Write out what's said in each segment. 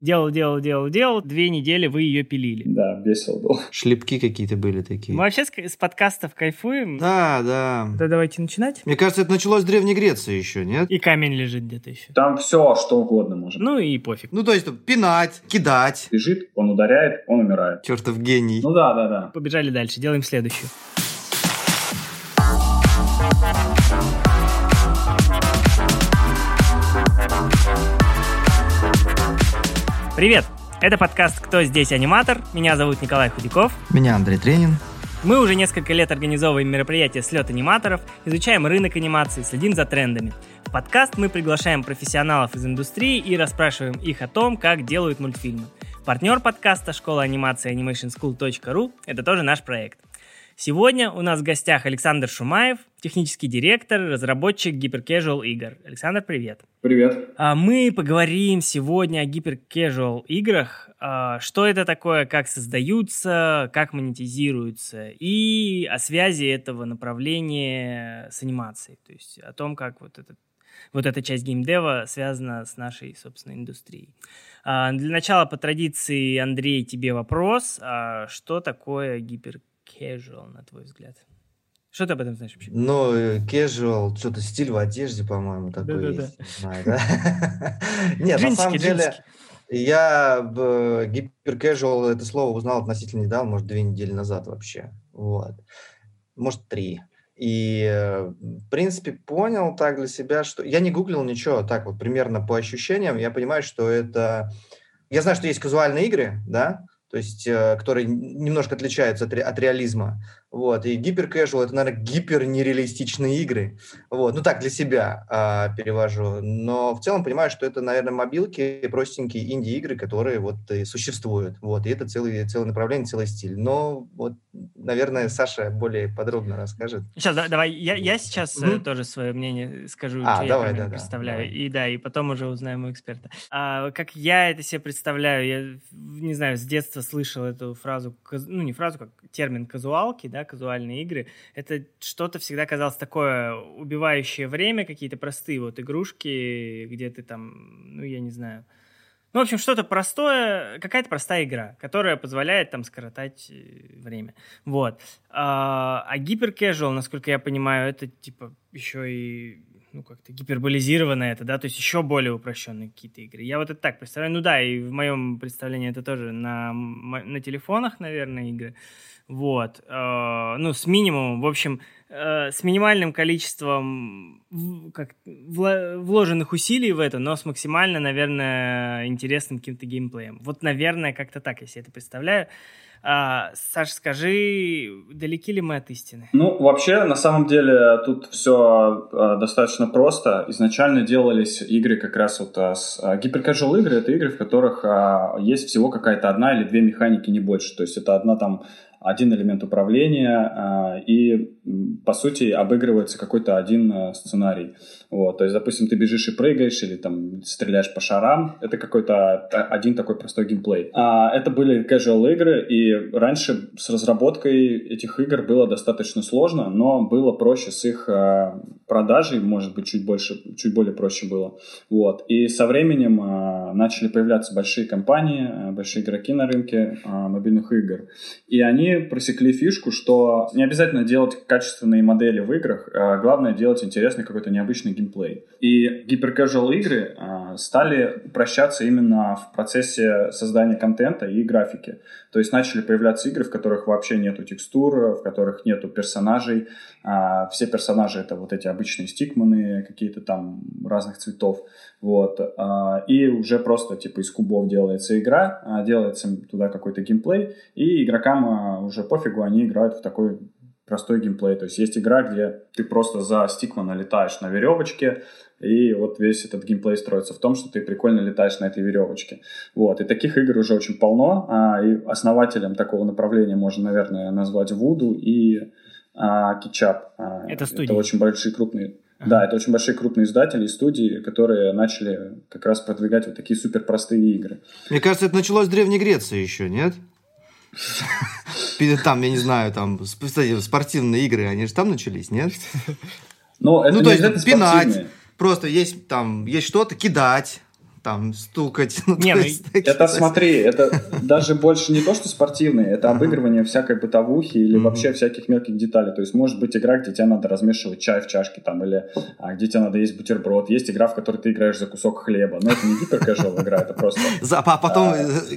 Делал. 2 недели вы ее пилили. Да, весело было. Шлепки какие-то были такие. Мы вообще с подкастов кайфуем. Да. Да, давайте начинать. Мне кажется, это началось с Древней Греции еще, нет? И камень лежит где-то еще. Там все, что угодно может. Ну и пофиг. Ну, то есть, пинать, кидать. Лежит, он ударяет, он умирает. Чертов гений. Ну да. Побежали дальше, делаем следующую. Привет! Это подкаст «Кто здесь аниматор?». Меня зовут Николай Худяков. Меня Андрей Тренин. Мы уже несколько лет организовываем мероприятия «Слет аниматоров», изучаем рынок анимации, следим за трендами. В подкаст мы приглашаем профессионалов из индустрии и расспрашиваем их о том, как делают мультфильмы. Партнер подкаста «Школа анимации animationschool.ru» — это тоже наш проект. Сегодня у нас в гостях Александр Шумаев, технический директор, разработчик гиперкэжуал игр. Александр, привет. Привет. Мы поговорим сегодня о гиперкэжуал играх, что это такое, как создаются, как монетизируются, и о связи этого направления с анимацией, то есть о том, как вот эта часть геймдева связана с нашей собственной индустрией. Для начала, по традиции, Андрей, тебе вопрос. Что такое гиперкэжуал, на твой взгляд? Что ты об этом знаешь вообще? Ну, casual, что-то стиль в одежде, по-моему, такой есть. Не знаю, да? Нет, на самом деле, я гиперкэжуал это слово узнал относительно недавно, может, 2 недели назад вообще. Вот. Может, 3. И, в принципе, понял так для себя, что... Я не гуглил ничего, так вот, примерно по ощущениям. Я понимаю, что это... Я знаю, что есть казуальные игры, да, то есть, которые немножко отличаются от реализма. Вот. И гиперкэжуал – это, наверное, гипернереалистичные игры. Вот. Ну, так, для себя перевожу. Но в целом понимаю, что это, наверное, мобилки, простенькие инди-игры, которые вот и существуют. Вот. И это целое направление, целый стиль. Но вот, наверное, Саша более подробно расскажет. Сейчас, давай, я сейчас тоже свое мнение скажу, что я представляю. Давай. И потом уже узнаем у эксперта. Как я это себе представляю, я, не знаю, с детства слышал эту фразу, ну, не фразу, как термин казуалки, да, казуальные игры. Это что-то всегда казалось такое убивающее время, какие-то простые вот игрушки, где ты там, ну, я не знаю. Ну, в общем, что-то простое, какая-то простая игра, которая позволяет там скоротать время. Вот. А гиперкэжуал, насколько я понимаю, это типа еще и как-то гиперболизированное это, да, то есть еще более упрощенные какие-то игры. Я вот это так представляю. Ну да, и в моем представлении это тоже на телефонах, наверное, игры. Вот. С минимумом, в общем, с минимальным количеством вложенных усилий в это, но с максимально, наверное, интересным каким-то геймплеем. Вот, наверное, как-то так я себе это представляю. Саш, скажи, далеки ли мы от истины? Ну, вообще, на самом деле, тут все достаточно просто. Изначально делались игры как раз вот гиперкэжуал игры. Это игры, в которых есть всего какая-то 1 или 2 механики, не больше. То есть это один элемент управления, и, по сути, обыгрывается какой-то один сценарий. Вот. То есть, допустим, ты бежишь и прыгаешь, или там стреляешь по шарам. Это какой-то один такой простой геймплей. Это были casual игры, и раньше с разработкой этих игр было достаточно сложно, но было проще с их продажей, может быть, чуть более проще было. Вот. И со временем начали появляться большие компании, большие игроки на рынке мобильных игр. И они просекли фишку, что не обязательно делать качественные модели в играх, главное делать интересный какой-то необычный геймплей. И гиперкэжуал игры стали упрощаться именно в процессе создания контента и графики. То есть начали появляться игры, в которых вообще нету текстур, в которых нету персонажей. Все персонажи — это вот эти обычные стикманы, какие-то там разных цветов. Вот. И уже просто типа из кубов делается игра, делается туда какой-то геймплей, и игрокам уже пофигу, они играют в такой простой геймплей. То есть есть игра, где ты просто за стикмана летаешь на веревочке, и вот весь этот геймплей строится в том, что ты прикольно летаешь на этой веревочке. Вот. И таких игр уже очень полно. И основателем такого направления можно, наверное, назвать Voodoo и Кетчап. Это очень большие крупные... Да, это очень большие крупные издатели и студии, которые начали как раз продвигать вот такие суперпростые игры. Мне кажется, это началось с Древней Греции еще, нет? Там, я не знаю, там спортивные игры, они же там начались, нет? Ну, то есть пинать, просто есть что-то, кидать, там стукать. Это, смотри, это даже больше не то, что спортивные, это обыгрывание всякой бытовухи или вообще всяких мелких деталей. То есть может быть игра, где тебе надо размешивать чай в чашке там, или где тебе надо есть бутерброд. Есть игра, в которой ты играешь за кусок хлеба. Но это не гипер-кэжуал игра, это просто... А потом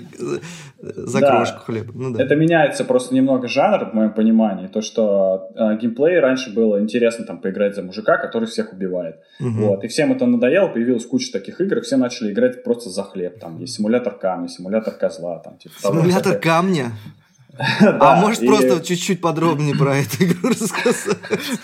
за крошку хлеба. Это меняется просто немного жанр, в моем понимании. То, что геймплей раньше было интересно там поиграть за мужика, который всех убивает. Вот. И всем это надоело, появилась куча таких игр, и все начали играть просто за хлеб. Там есть симулятор камня, симулятор козла. Там, типа, симулятор камня? А может просто чуть-чуть подробнее про эту игру рассказать?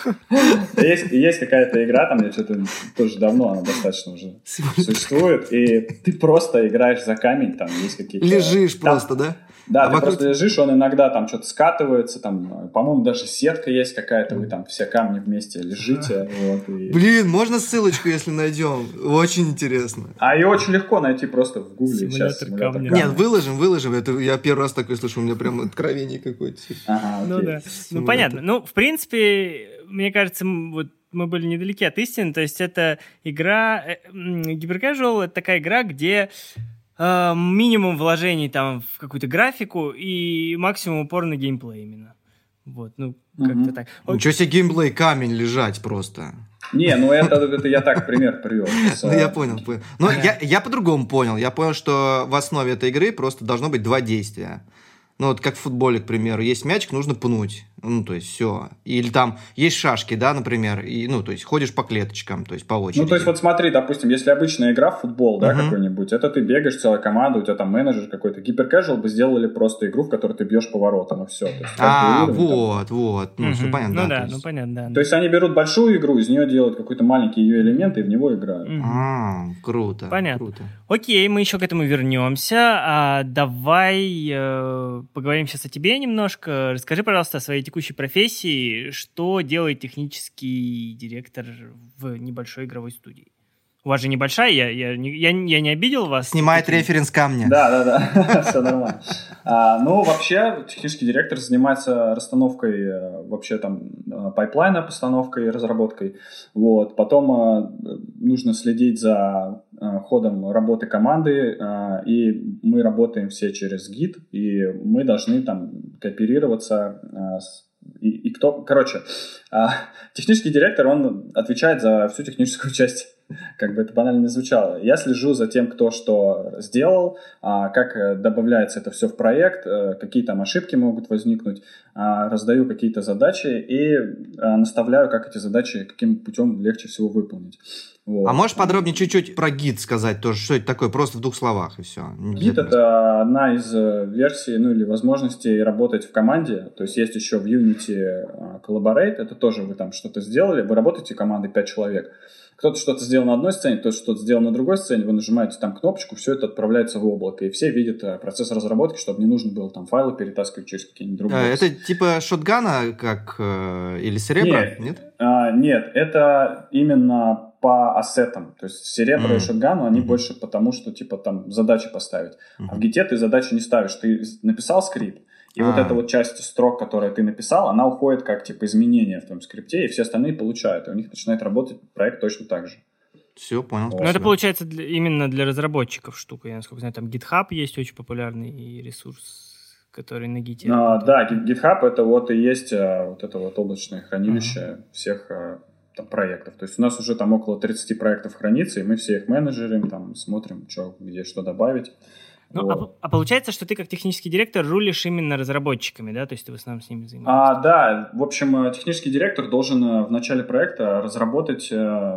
Есть какая-то игра, там я что-то тоже давно, она достаточно уже существует, и ты просто играешь за камень, там есть какие-то... Лежишь просто, да? Да, ты просто лежишь, он иногда там что-то скатывается, там, по-моему, даже сетка есть какая-то, вы там все камни вместе лежите. Вот, и... Блин, можно ссылочку, если найдем? Очень интересно. А ее очень легко найти просто в гугле. Симулятор камня. Нет, выложим. Это я первый раз такое слышу, у меня прям откровение какое-то. Ну да, ну понятно. Ну, в принципе, мне кажется, вот мы были недалеки от истины, то есть это игра... Hyper-Casual — это такая игра, где... минимум вложений там в какую-то графику и максимум упор на геймплей именно. Вот, ну, как-то так. Ничего себе геймплей, камень лежать просто. Не, ну это я так пример привел. Ну, я понял. Но я по-другому понял. Я понял, что в основе этой игры просто должно быть два действия. Ну, вот как в футболе, к примеру, есть мячик, нужно пнуть. Ну, то есть, все. Или там есть шашки, да, например, и, ну, то есть, ходишь по клеточкам, то есть, по очереди. Ну, то есть, вот смотри, допустим, если обычная игра в футбол, да, какой-нибудь, это ты бегаешь, целая команда, у тебя там менеджер какой-то. Гипер-кэжуал бы сделали просто игру, в которой ты бьешь поворотом, и все. Вот. Ну, все понятно. Ну, да, ну, понятно, да. То есть, они берут большую игру, из нее делают какой-то маленький ее элемент, и в него играют. Круто. Понятно. Круто. Окей, мы еще к этому вернемся. Давай поговорим сейчас о тебе немножко. Расскажи, пожалуйста, о своей текущей профессии. Что делает технический директор в небольшой игровой студии? У вас же небольшая, я не обидел вас? Снимает референс камня. Да, все нормально. Ну, вообще, технический директор занимается расстановкой, вообще там, пайплайна, постановкой, разработкой. Вот. Потом нужно следить за ходом работы команды, и мы работаем все через гид, и мы должны там кооперироваться и кто... Короче, технический директор, он отвечает за всю техническую часть, как бы это банально не звучало. Я слежу за тем, кто что сделал, как добавляется это все в проект, какие там ошибки могут возникнуть, раздаю какие-то задачи и наставляю, как эти задачи, каким путем легче всего выполнить. Вот. А можешь подробнее чуть-чуть про гид сказать тоже, что это такое, просто в двух словах и все? Гид — это одна из версий, ну или возможностей работать в команде. То есть есть еще в Unity Collaborate, это тоже вы там что-то сделали, вы работаете командой 5 человек. Кто-то что-то сделал на одной сцене, кто-то что-то сделал на другой сцене, вы нажимаете там кнопочку, все это отправляется в облако, и все видят процесс разработки, чтобы не нужно было там файлы перетаскивать через какие-нибудь другие. Это типа шотгана, как или серебра? Нет, это именно по ассетам. То есть серебро и шотгану, они больше потому, что типа там задачи поставить. А в гите ты задачи не ставишь. Ты написал скрипт, и вот эта вот часть строк, которую ты написал, она уходит как типа изменения в твоем скрипте, и все остальные получают. И у них начинает работать проект точно так же. Все, понял. Но это получается именно для разработчиков штука. Я насколько знаю, там GitHub есть очень популярный ресурс, который на гите. Да, GitHub — это вот и есть вот это вот облачное хранилище всех там проектов. То есть у нас уже там около 30 проектов хранится, и мы все их менеджерим, там смотрим, где что добавить. Ну, вот. А получается, что ты как технический директор рулишь именно разработчиками, да? То есть ты в основном с ними занимаешься? Да. В общем, технический директор должен в начале проекта разработать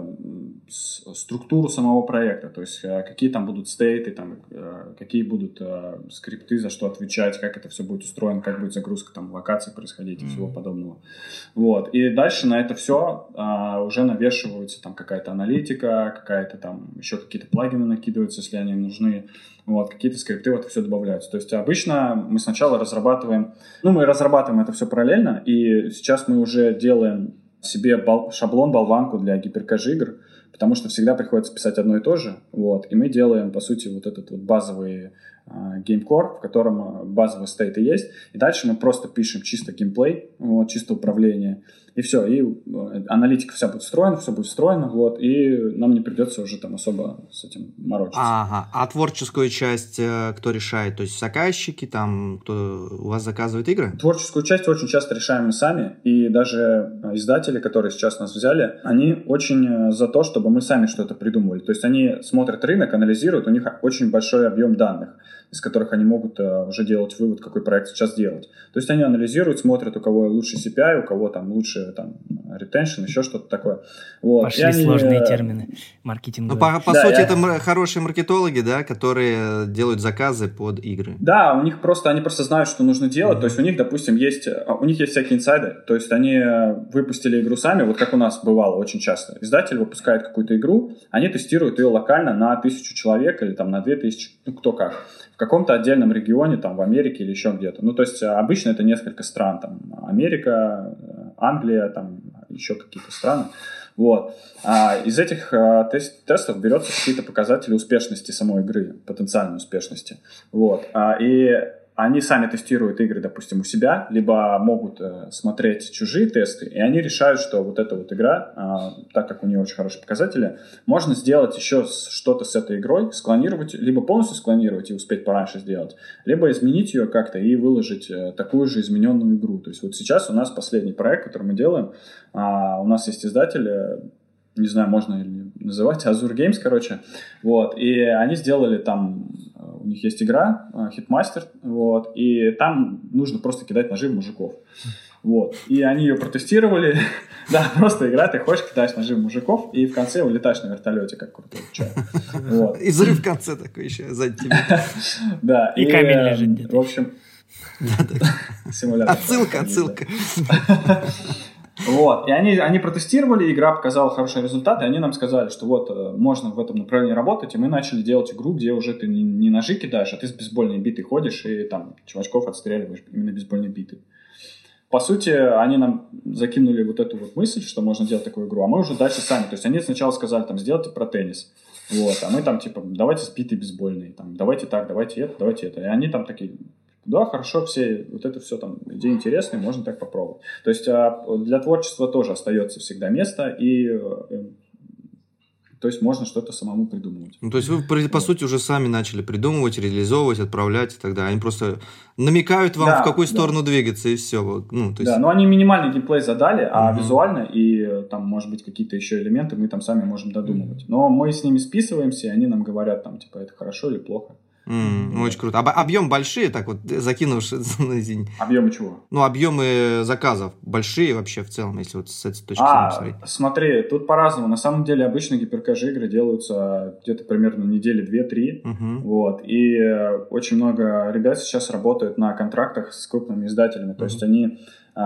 структуру самого проекта. То есть какие там будут стейты, там, какие будут скрипты, за что отвечать, как это все будет устроено, как будет загрузка там локаций происходить и всего подобного. Вот. И дальше на это все уже навешивается там какая-то аналитика, какая-то там еще какие-то плагины накидываются, если они нужны. Вот, какие-то скрипты в это все добавляются. То есть обычно мы сначала разрабатываем это все параллельно, и сейчас мы уже делаем себе шаблон-болванку для гиперкэш игр, потому что всегда приходится писать одно и то же. Вот, и мы делаем, по сути, вот этот вот базовый геймкор, в котором базовые стейты есть. И дальше мы просто пишем чисто геймплей, вот, чисто управление. И все, и аналитика вся будет встроена, все будет встроено, вот, и нам не придется уже там особо с этим морочиться. Ага, а творческую часть кто решает? То есть заказчики, там, кто у вас заказывает игры? Творческую часть очень часто решаем мы сами, и даже издатели, которые сейчас нас взяли, они очень за то, чтобы мы сами что-то придумывали. То есть они смотрят рынок, анализируют, у них очень большой объем данных, из которых они могут уже делать вывод, какой проект сейчас делать. То есть они анализируют, смотрят, у кого лучший CPI, у кого там лучше там retention, еще что-то такое. Вот. Пошли сложные термины маркетинговые. Ну, по сути, это хорошие маркетологи, да, которые делают заказы под игры. Да, они просто знают, что нужно делать. То есть у них, допустим, есть всякие инсайды. То есть они выпустили игру сами, вот как у нас бывало очень часто. Издатель выпускает какую-то игру, они тестируют ее локально на 1000 человек или там на 2000, ну кто как. В каком-то отдельном регионе, там в Америке или еще где-то. Ну, то есть обычно это несколько стран, там Америка, Англия, там еще какие-то страны. Вот. Из этих тестов берется какие-то показатели успешности самой игры, потенциальной успешности. Вот. И они сами тестируют игры, допустим, у себя, либо могут смотреть чужие тесты, и они решают, что вот эта вот игра, так как у нее очень хорошие показатели, можно сделать еще что-то с этой игрой, склонировать, либо полностью склонировать и успеть пораньше сделать, либо изменить ее как-то и выложить такую же измененную игру. То есть вот сейчас у нас последний проект, который мы делаем, у нас есть издатель, не знаю, можно ли называть, Azure Games, короче, вот, и они сделали там, у них есть игра, Hitmaster, вот, и там нужно просто кидать ножи в мужиков, вот, и они ее протестировали, да, просто игра, ты ходишь, кидаешь ножи в мужиков, и в конце улетаешь на вертолете, как крутой человек, вот. И взрыв в конце такой еще сзади тебя. Да, и камень лежит где-то. В общем, симулятор. Отсылка. Вот, и они протестировали, игра показала хороший результат, и они нам сказали, что вот, можно в этом направлении работать, и мы начали делать игру, где уже ты не ножи кидаешь, а ты с бейсбольной битой ходишь и там чувачков отстреливаешь именно бейсбольной битой. По сути, они нам закинули вот эту вот мысль, что можно делать такую игру, а мы уже дальше сами, то есть они сначала сказали, там, сделайте про теннис, вот, а мы там, типа, давайте с битой бейсбольной, там, давайте так, давайте это, и они там такие... Да, хорошо, вот это все там, идеи интересные, можно так попробовать. То есть для творчества тоже остается всегда место, и то есть можно что-то самому придумывать. Ну, то есть вы, по сути, уже сами начали придумывать, реализовывать, отправлять и так далее. Они просто намекают вам, в какую сторону двигаться, и все. Ну, то есть... Да, но они минимальный геймплей задали, а визуально и там, может быть, какие-то еще элементы мы там сами можем додумывать. Но мы с ними списываемся, и они нам говорят, там, типа, это хорошо или плохо. Очень круто. Объем большие, так вот, закинувши... Объемы чего? Ну, объемы заказов большие вообще в целом, если вот с этой точки зрения смотреть. Смотри, тут по-разному. На самом деле, обычно гиперкэш игры делаются где-то примерно недели 2-3. Вот. И очень много ребят сейчас работают на контрактах с крупными издателями. То есть они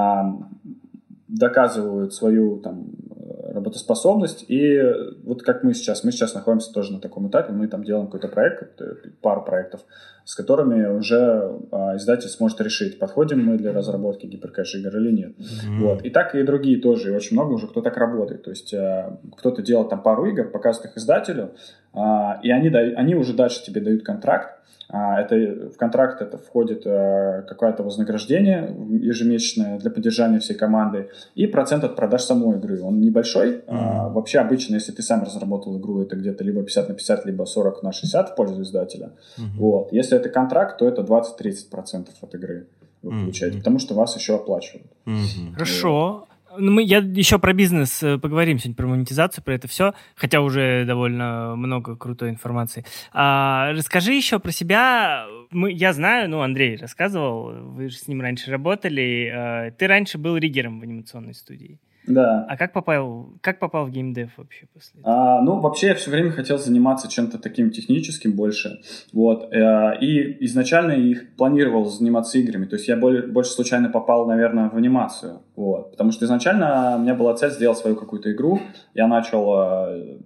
доказывают свою там работоспособность, и вот как мы сейчас находимся тоже на таком этапе, мы там делаем какой-то проект, пару проектов, с которыми уже издатель сможет решить, подходим мы для разработки гиперкэш игр или нет. Вот. И так и другие тоже, и очень много уже кто так работает, то есть кто-то делает там пару игр, показывает их издателю, и они уже дальше тебе дают контракт. В контракт это входит какое-то вознаграждение ежемесячное для поддержания всей команды и процент от продаж самой игры. Он небольшой. Вообще обычно, если ты сам разработал игру, это где-то либо 50/50, либо 40/60 в пользу издателя. Вот. Если это контракт, то это 20-30% от игры вы получаете, потому что вас еще оплачивают. Хорошо. Я еще про бизнес поговорим сегодня, про монетизацию, про это все, хотя уже довольно много крутой информации. Расскажи еще про себя. Я знаю, Андрей рассказывал, вы же с ним раньше работали. Ты раньше был риггером в анимационной студии. Да. А как попал в геймдев вообще после этого? Вообще я все время хотел заниматься чем-то таким техническим больше. Вот. И изначально их планировал заниматься играми. То есть я больше случайно попал, наверное, в анимацию. Вот. Потому что изначально у меня была цель сделать свою какую-то игру. Я начал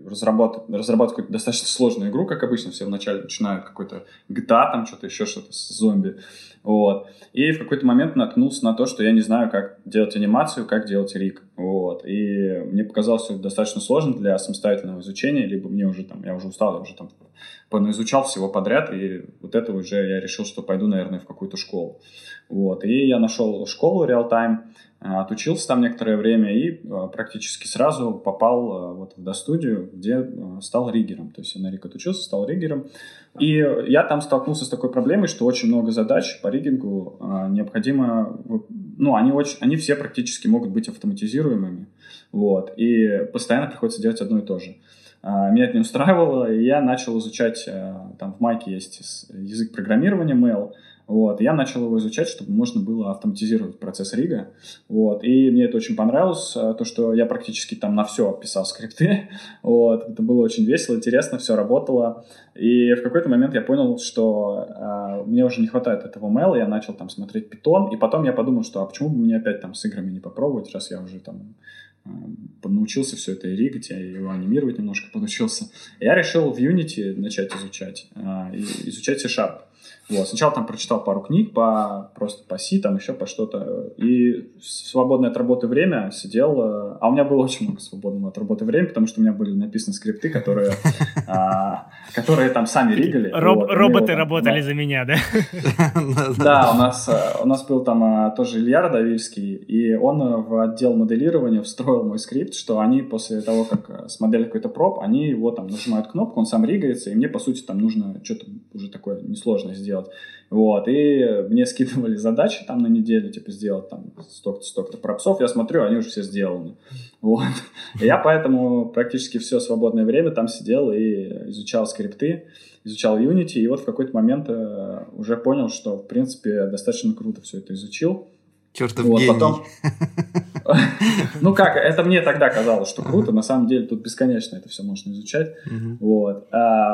разрабатывать какую-то достаточно сложную игру, как обычно, все вначале начинают какой-то GTA, там что-то еще, что-то с зомби. Вот. И в какой-то момент наткнулся на то, что я не знаю, как делать анимацию, как делать риг. Вот. И мне показалось это достаточно сложно для самостоятельного изучения, либо мне уже там, я уже устал, я уже там изучал всего подряд, и вот это уже я решил, что пойду, наверное, в какую-то школу. Вот. И я нашел школу Real Time, отучился там некоторое время и практически сразу попал вот в достудию, где стал риггером. То есть я на риг отучился, стал риггером. И я там столкнулся с такой проблемой, что очень много задач по риггингу необходимо... Ну, они все практически могут быть автоматизируемыми. Вот. И постоянно приходится делать одно и то же. Меня это не устраивало, и я начал изучать... Там в Майке есть язык программирования Mail. Вот, я начал его изучать, чтобы можно было автоматизировать процесс рига. Вот, и мне это очень понравилось, то, что я практически там на все писал скрипты. Вот, это было очень весело, интересно, все работало. И в какой-то момент я понял, что мне уже не хватает этого Mail, я начал там смотреть Python, и потом я подумал, что а почему бы мне опять там с играми не попробовать, раз я уже там научился все это ригать, я его анимировать немножко подучился. Я решил в Unity начать изучать C#. Вот. Сначала там прочитал пару книг просто по C, там еще по что-то. И в свободное от работы время сидел... А у меня было очень много свободного от работы времени, потому что у меня были написаны скрипты, которые там сами ригали. Роботы работали за меня, да? Да, у нас был там тоже Илья Радовильский, и он в отдел моделирования встроил мой скрипт, что они после того, как смоделили какой-то проб, они его там нажимают кнопку, он сам ригается, и мне, по сути, там нужно что-то уже такое несложное сделать. Вот, и мне скидывали задачи там на неделю, типа сделать там столько-то пропсов, я смотрю, они уже все сделаны. Вот. И я поэтому практически все свободное время там сидел и изучал скрипты, изучал Unity, и вот в какой-то момент уже понял, что, в принципе, достаточно круто все это изучил. Чертов гений. Потом... Ну как, это мне тогда казалось, что круто, на самом деле тут бесконечно это все можно изучать. Вот.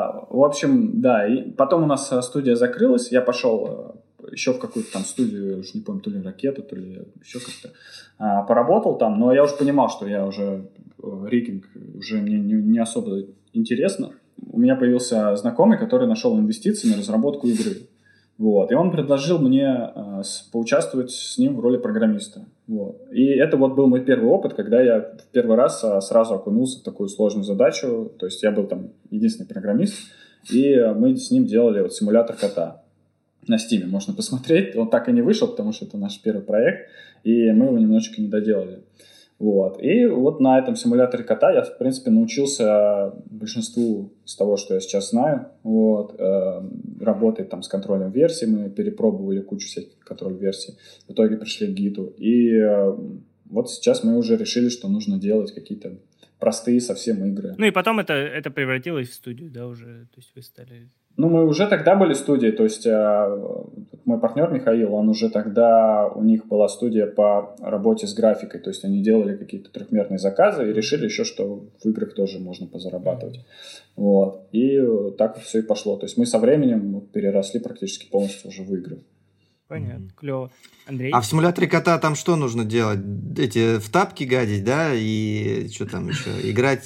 В общем, да, и потом у нас студия закрылась, я пошел еще в какую-то там студию, уж не помню, то ли Ракета, то ли еще как-то, поработал там, но я уже понимал, что я уже риггинг уже мне не особо интересно. У меня появился знакомый, который нашел инвестиции на разработку игры. Вот. И он предложил мне поучаствовать с ним в роли программиста. Вот. И это вот был мой первый опыт, когда я в первый раз сразу окунулся в такую сложную задачу. То есть я был там единственный программист, и мы с ним делали вот симулятор кота на Steam. Можно посмотреть. Он так и не вышел, потому что это наш первый проект, и мы его немножечко не доделали. Вот. И вот на этом симуляторе кота я, в принципе, научился большинству из того, что я сейчас знаю. Вот. Работать там с контролем версий. Мы перепробовали кучу всяких контроль-версий. В итоге пришли к гиту. И вот сейчас мы уже решили, что нужно делать какие-то простые совсем игры. Ну и потом это превратилось в студию, да, уже? То есть вы стали... Ну, мы уже тогда были студией, то есть мой партнер Михаил, он уже тогда, у них была студия по работе с графикой, то есть они делали какие-то трехмерные заказы и решили еще, что в играх тоже можно позарабатывать. Вот. И так все и пошло. То есть мы со временем переросли практически полностью уже в игры. Понятно, клево. Андрей? А в симуляторе кота там что нужно делать? В тапки гадить, да? И что там еще? Играть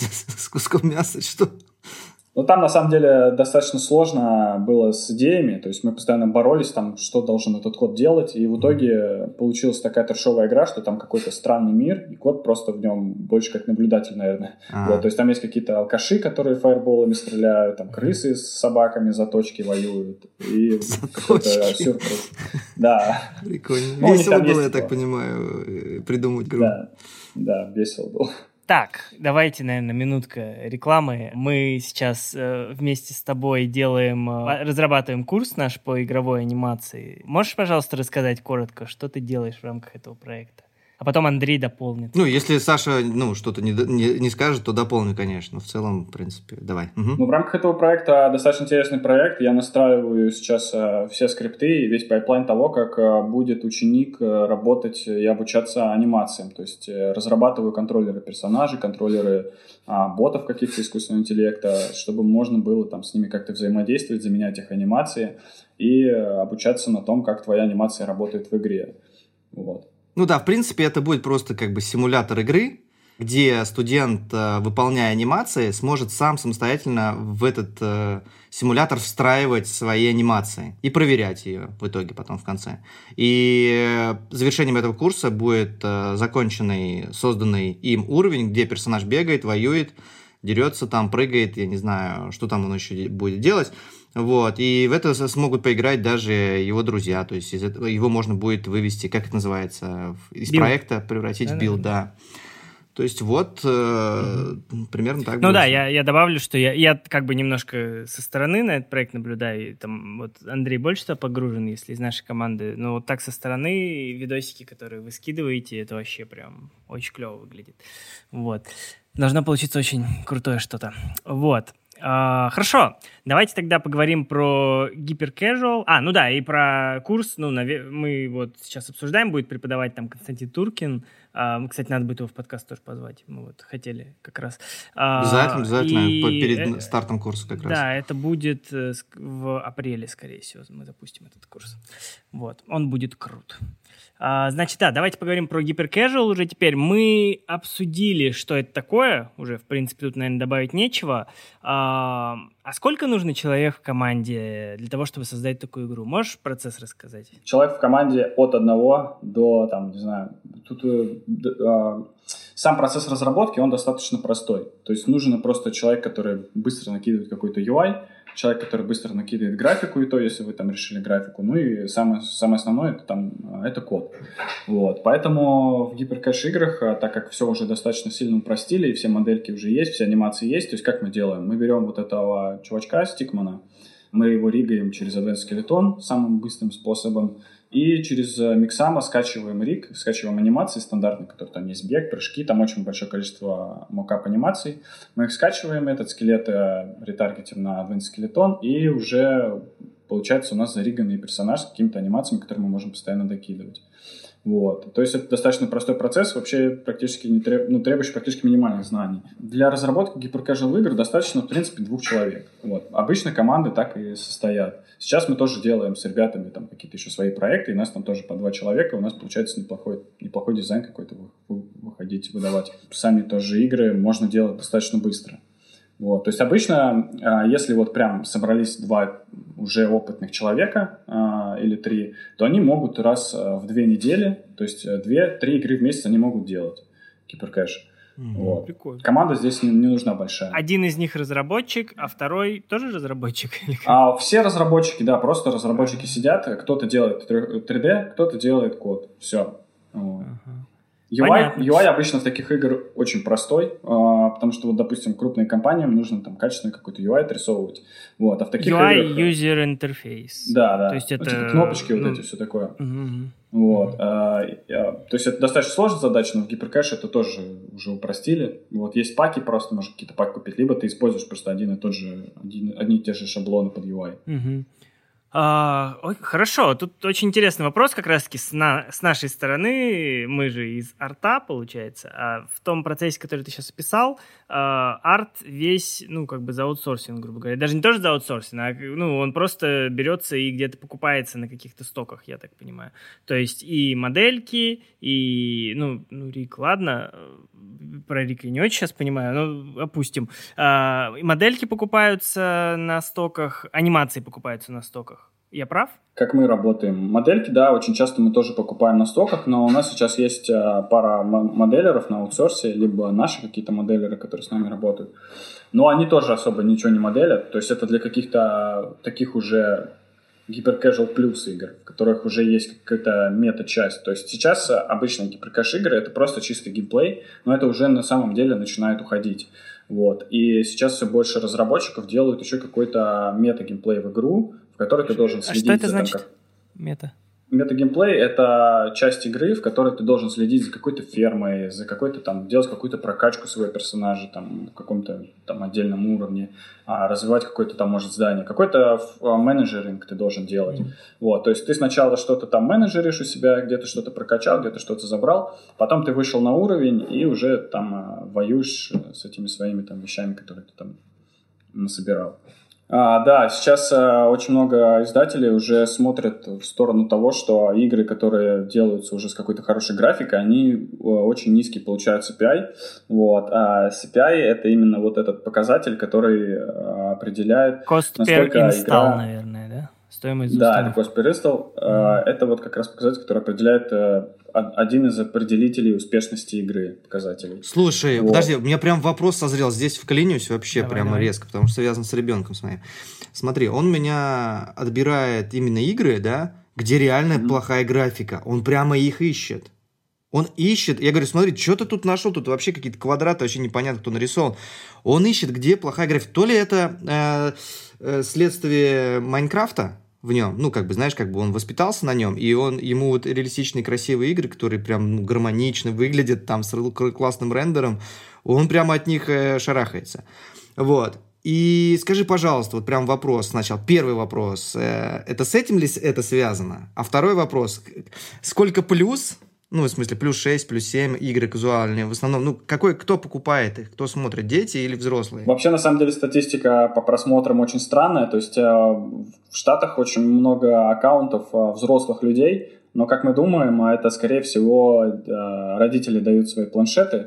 с куском мяса, что? Ну, там, на самом деле, достаточно сложно было с идеями, то есть мы постоянно боролись, там, что должен этот код делать, и в итоге получилась такая трешовая игра, что там какой-то странный мир, и код просто в нем больше как наблюдатель, наверное. Вот, то есть там есть какие-то алкаши, которые фаерболами стреляют, там крысы с собаками за точки воюют, и какой-то сюрприз. Да. Прикольно. Весело было, я так понимаю, придумать игру. Да, весело было. Так, давайте, наверное, минутка рекламы. Мы сейчас вместе с тобой разрабатываем курс наш по игровой анимации. Можешь, пожалуйста, рассказать коротко, что ты делаешь в рамках этого проекта? А потом Андрей дополнит. Ну, если Саша что-то не скажет, то дополню, конечно. В целом, в принципе, давай. Ну, в рамках этого проекта достаточно интересный проект. Я настраиваю сейчас все скрипты и весь пайплайн того, как будет ученик работать и обучаться анимациям. То есть разрабатываю контроллеры персонажей, контроллеры ботов каких-то искусственного интеллекта, чтобы можно было там с ними как-то взаимодействовать, заменять их анимации и обучаться на том, как твоя анимация работает в игре. Вот. Ну да, в принципе, это будет просто как бы симулятор игры, где студент, выполняя анимации, сможет сам самостоятельно в этот симулятор встраивать свои анимации и проверять ее в итоге потом в конце. И завершением этого курса будет законченный, созданный им уровень, где персонаж бегает, воюет, дерется там, прыгает, я не знаю, что там он еще будет делать. Вот, и в это смогут поиграть даже его друзья, то есть из этого его можно будет вывести, как это называется, из проекта превратить в билд, да. То есть вот примерно так. Ну да, я добавлю, что я как бы немножко со стороны на этот проект наблюдаю, и там вот Андрей больше туда погружен, если из нашей команды, но вот так со стороны видосики, которые вы скидываете, это вообще прям очень клево выглядит. Вот. Должно получиться очень крутое что-то. Вот. Хорошо, давайте тогда поговорим про гиперкэжуал. Ну да, и про курс. Ну, мы вот сейчас обсуждаем, будет преподавать там Константин Туркин. Кстати, надо будет его в подкаст тоже позвать. Мы вот хотели как раз. Обязательно, перед стартом курса как раз. Да, это будет в апреле, скорее всего, мы запустим этот курс. Вот, он будет крут. Значит, да, давайте поговорим про гиперкэжуал уже теперь. Мы обсудили, что это такое. Уже, в принципе, тут, наверное, добавить нечего. А сколько нужно человек в команде для того, чтобы создать такую игру? Можешь процесс рассказать? Человек в команде от 1 до, там, не знаю, тут сам процесс разработки, он достаточно простой. То есть нужен просто человек, который быстро накидывает какой-то UI, человек, который быстро накидывает графику, и то, если вы там решили графику. Ну и самое основное это код. Вот. Поэтому в гиперкэш играх, так как все уже достаточно сильно упростили, и все модельки уже есть, все анимации есть, то есть как мы делаем? Мы берем вот этого чувачка, Стикмана, мы его ригаем через Advanced Skeleton самым быстрым способом, и через Mixamo скачиваем риг, скачиваем анимации стандартные, которые там есть бег, прыжки, там очень большое количество мокап анимаций. Мы их скачиваем, этот скелет ретаргетим на Advanced Skeleton, и уже получается у нас зариганный персонаж с какими-то анимациями, которые мы можем постоянно докидывать. Вот. То есть это достаточно простой процесс, вообще практически требующий практически минимальных знаний. Для разработки гиперкэжуал игр достаточно, в принципе, 2 человек. Вот. Обычно команды так и состоят. Сейчас мы тоже делаем с ребятами там какие-то еще свои проекты, и у нас там тоже по 2 человека, у нас получается неплохой дизайн какой-то выходить, выдавать. Сами тоже игры можно делать достаточно быстро. Вот. То есть обычно, если вот прям собрались 2 уже опытных человека или 3, то они могут раз в 2 недели, то есть 2-3 игры в месяц они могут делать гиперкэш. Вот. Прикольно. Команда здесь не нужна большая. Один из них разработчик, а второй тоже разработчик? Все разработчики, да, просто разработчики сидят, кто-то делает 3D, кто-то делает код. Все. Вот. UI обычно в таких играх очень простой, потому что, вот, допустим, крупным компаниям нужно там качественный какой-то UI отрисовывать. Вот, а в таких UI играх... User Interface. Да. То есть это... Типа кнопочки, вот эти, все такое. Вот. То есть это достаточно сложная задача, но в гиперкэше это тоже уже упростили. Вот есть паки, просто можно какие-то паки купить, либо ты используешь просто одни и те же шаблоны под UI. Хорошо, тут очень интересный вопрос как раз-таки с нашей стороны, мы же из арта, получается, а в том процессе, который ты сейчас описал, арт весь, как бы за аутсорсинг, грубо говоря, даже не тоже за аутсорсинг, а он просто берется и где-то покупается на каких-то стоках, я так понимаю. То есть и модельки, и, рик, ладно, про рик я не очень сейчас понимаю, опустим. Модельки покупаются на стоках, анимации покупаются на стоках. Я прав? Как мы работаем? Модельки, да, очень часто мы тоже покупаем на стоках, но у нас сейчас есть пара моделеров на аутсорсе, либо наши какие-то моделеры, которые с нами работают. Но они тоже особо ничего не моделят, то есть это для каких-то таких уже гиперкэжуал плюс игр, в которых уже есть какая-то мета-часть. То есть сейчас обычно гиперкэш игры — это просто чистый геймплей, но это уже на самом деле начинает уходить. Вот. И сейчас все больше разработчиков делают еще какой-то мета-геймплей в игру, в которой ты должен следить. А что это значит? Мета? Мета-геймплей — это часть игры, в которой ты должен следить за какой-то фермой, за какой-то там, делать какую-то прокачку своего персонажа там, в каком-то там отдельном уровне, развивать какое-то там, может, здание. Какой-то менеджеринг ты должен делать. Вот, то есть ты сначала что-то там менеджеришь у себя, где-то что-то прокачал, где-то что-то забрал, потом ты вышел на уровень и уже там воюешь с этими своими там вещами, которые ты там насобирал. Да, сейчас очень много издателей уже смотрят в сторону того, что игры, которые делаются уже с какой-то хорошей графикой, они очень низкий получают CPI. Вот. А CPI — это именно вот этот показатель, который определяет, Cost насколько per install, игра... наверное, да? Стоимость за Да, установку. это cost per install. Это вот как раз показатель, который определяет один из определителей успешности игры, показателей. Слушай, вот. Подожди, у меня прям вопрос созрел. Здесь вклинюсь вообще прямо резко, потому что связан с ребенком с моим. Смотри, он меня отбирает именно игры, да, где реально плохая графика. Он прямо их ищет. Он ищет, я говорю, смотри, что ты тут нашел? Тут вообще какие-то квадраты, вообще непонятно, кто нарисован. Он ищет, где плохая графика. То ли это следствие Майнкрафта в нем, ну, как бы, знаешь, как бы он воспитался на нем, и ему вот реалистичные красивые игры, которые прям гармонично выглядят, там, с классным рендером, он прямо от них шарахается. Вот. И скажи, пожалуйста, вот прям вопрос сначала. Первый вопрос, это с этим ли это связано? А второй вопрос, сколько плюс... Ну, в смысле, плюс 6, плюс 7 игры казуальные. В основном, ну, кто покупает их? Кто смотрит, дети или взрослые? Вообще, на самом деле, статистика по просмотрам очень странная. То есть в Штатах очень много аккаунтов взрослых людей, но, как мы думаем, это, скорее всего, родители дают свои планшеты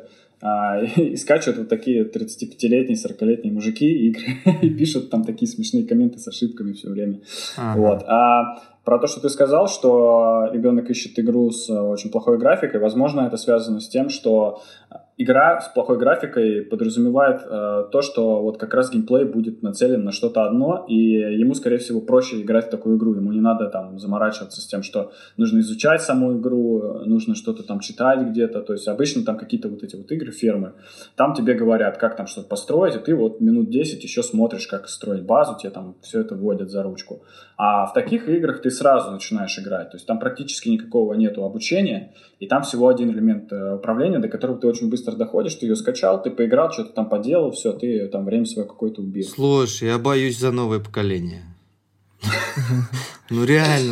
и скачивают вот такие 35-летние, 40-летние мужики игры и пишут там такие смешные комменты с ошибками все время. Ага. Вот. Про то, что ты сказал, что ребенок ищет игру с очень плохой графикой, возможно, это связано с тем, что игра с плохой графикой подразумевает то, что вот как раз геймплей будет нацелен на что-то одно, и ему, скорее всего, проще играть в такую игру. Ему не надо там заморачиваться с тем, что нужно изучать саму игру, нужно что-то там читать где-то. То есть обычно там какие-то вот эти вот игры, фермы, там тебе говорят, как там что-то построить, и ты вот минут 10 еще смотришь, как строить базу, тебе там все это вводят за ручку. А в таких играх ты сразу начинаешь играть. То есть там практически никакого нету обучения, и там всего один элемент управления, до которого ты очень быстро доходишь, ты ее скачал, ты поиграл, что-то там поделал, все, ты там время свое какое-то убил. Слушай, я боюсь за новое поколение. Ну реально,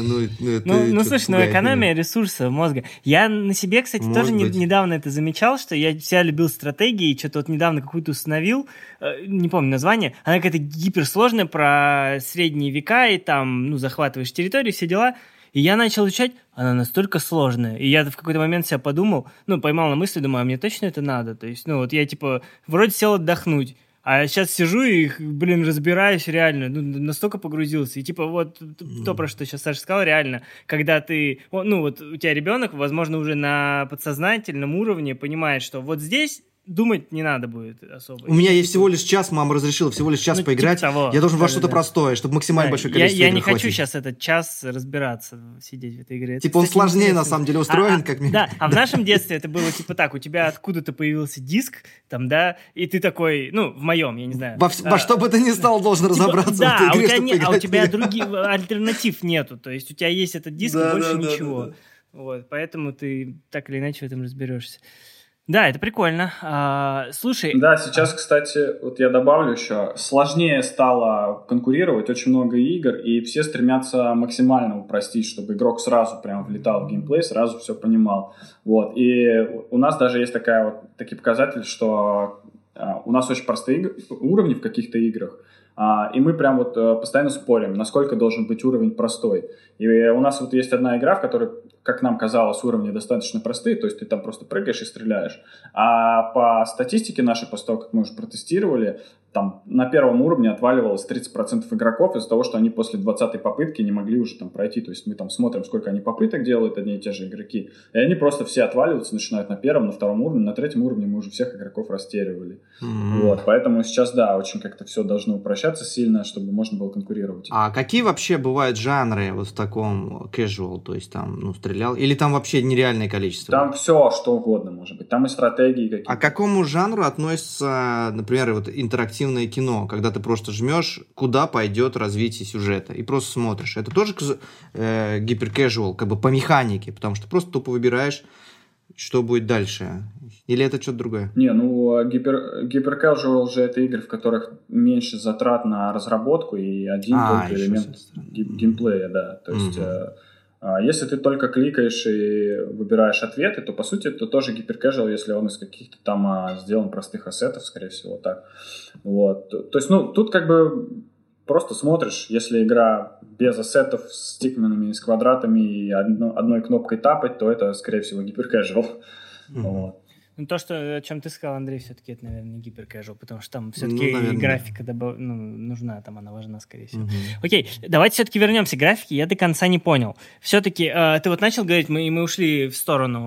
ну слушай, экономия ресурсов мозга. Я на себе, кстати, тоже недавно это замечал, что я всегда любил стратегии, и что-то вот недавно какую-то установил, не помню название, она какая-то гиперсложная про средние века, и там, ну, захватываешь территорию, все дела. И я начал изучать, она настолько сложная. И я в какой-то момент себя подумал, ну, поймал на мысли, думаю, а мне точно это надо? То есть, ну, вот я, типа, вроде сел отдохнуть, а сейчас сижу и, разбираюсь реально, ну, настолько погрузился. И, типа, вот то, про что сейчас Саша сказал, реально, когда ты, ну, вот у тебя ребенок, возможно, уже на подсознательном уровне понимает, что вот здесь думать не надо будет особо. У меня есть всего лишь час, мама разрешила всего лишь час поиграть. Типа я должен во что-то простое, чтобы максимально большое количество игр хватить. Хочу сейчас этот час разбираться, сидеть в этой игре. Типа он сложнее на самом деле устроен, как мне. Да, а в нашем детстве это было типа так, у тебя откуда-то появился диск, там, да, и ты такой, ну, в моем, я не знаю. Во что бы ты ни стал, должен разобраться в этой игре, а у тебя других альтернатив нету, то есть у тебя есть этот диск, и больше ничего. Вот, поэтому ты так или иначе в этом разберешься. Да, это прикольно. Слушай... Да, сейчас, кстати, вот я добавлю еще, сложнее стало конкурировать, очень много игр, и все стремятся максимально упростить, чтобы игрок сразу прям влетал в геймплей, сразу все понимал. Вот. И у нас даже есть такие показатели, что у нас очень простые уровни в каких-то играх, и мы прям вот постоянно спорим, насколько должен быть уровень простой. И у нас вот есть одна игра, в которой, как нам казалось, уровни достаточно простые, то есть ты там просто прыгаешь и стреляешь. А по статистике нашей, после того, как мы уже протестировали, там на первом уровне отваливалось 30% игроков из-за того, что они после 20-й попытки не могли уже там пройти. То есть мы там смотрим, сколько они попыток делают, одни и те же игроки. И они просто все отваливаются, начинают на первом, на втором уровне, на третьем уровне мы уже всех игроков растеривали. Вот, поэтому сейчас, да, очень как-то все должно упрощаться сильно, чтобы можно было конкурировать. А какие вообще бывают жанры вот в таком casual, то есть там, ну, стрелял, или там вообще нереальное количество? Там все, что угодно может быть, там и стратегии какие-то. А к какому жанру относится, например, вот интерактивное кино, когда ты просто жмешь, куда пойдет развитие сюжета, и просто смотришь? Это тоже гиперкэжуал, как бы по механике, потому что просто тупо выбираешь, что будет дальше. Или это что-то другое? Не, ну гиперкэжуал же это игры, в которых меньше затрат на разработку и один только элемент геймплея, да. То есть если ты только кликаешь и выбираешь ответы, то, по сути, это тоже гиперкэжуал, если он из каких-то там сделан простых ассетов, скорее всего, так. Вот. То есть, ну, тут как бы просто смотришь, если игра без ассетов с стикменами, с квадратами и одной кнопкой тапать, то это, скорее всего, гиперкэжуал. Вот. Ну, то, о чем ты сказал, Андрей, все-таки это, наверное, не гиперкэжуал, потому что там все-таки графика нужна, там она важна, скорее всего. Окей, давайте все-таки вернемся к графике, я до конца не понял. Все-таки ты вот начал говорить, мы ушли в сторону.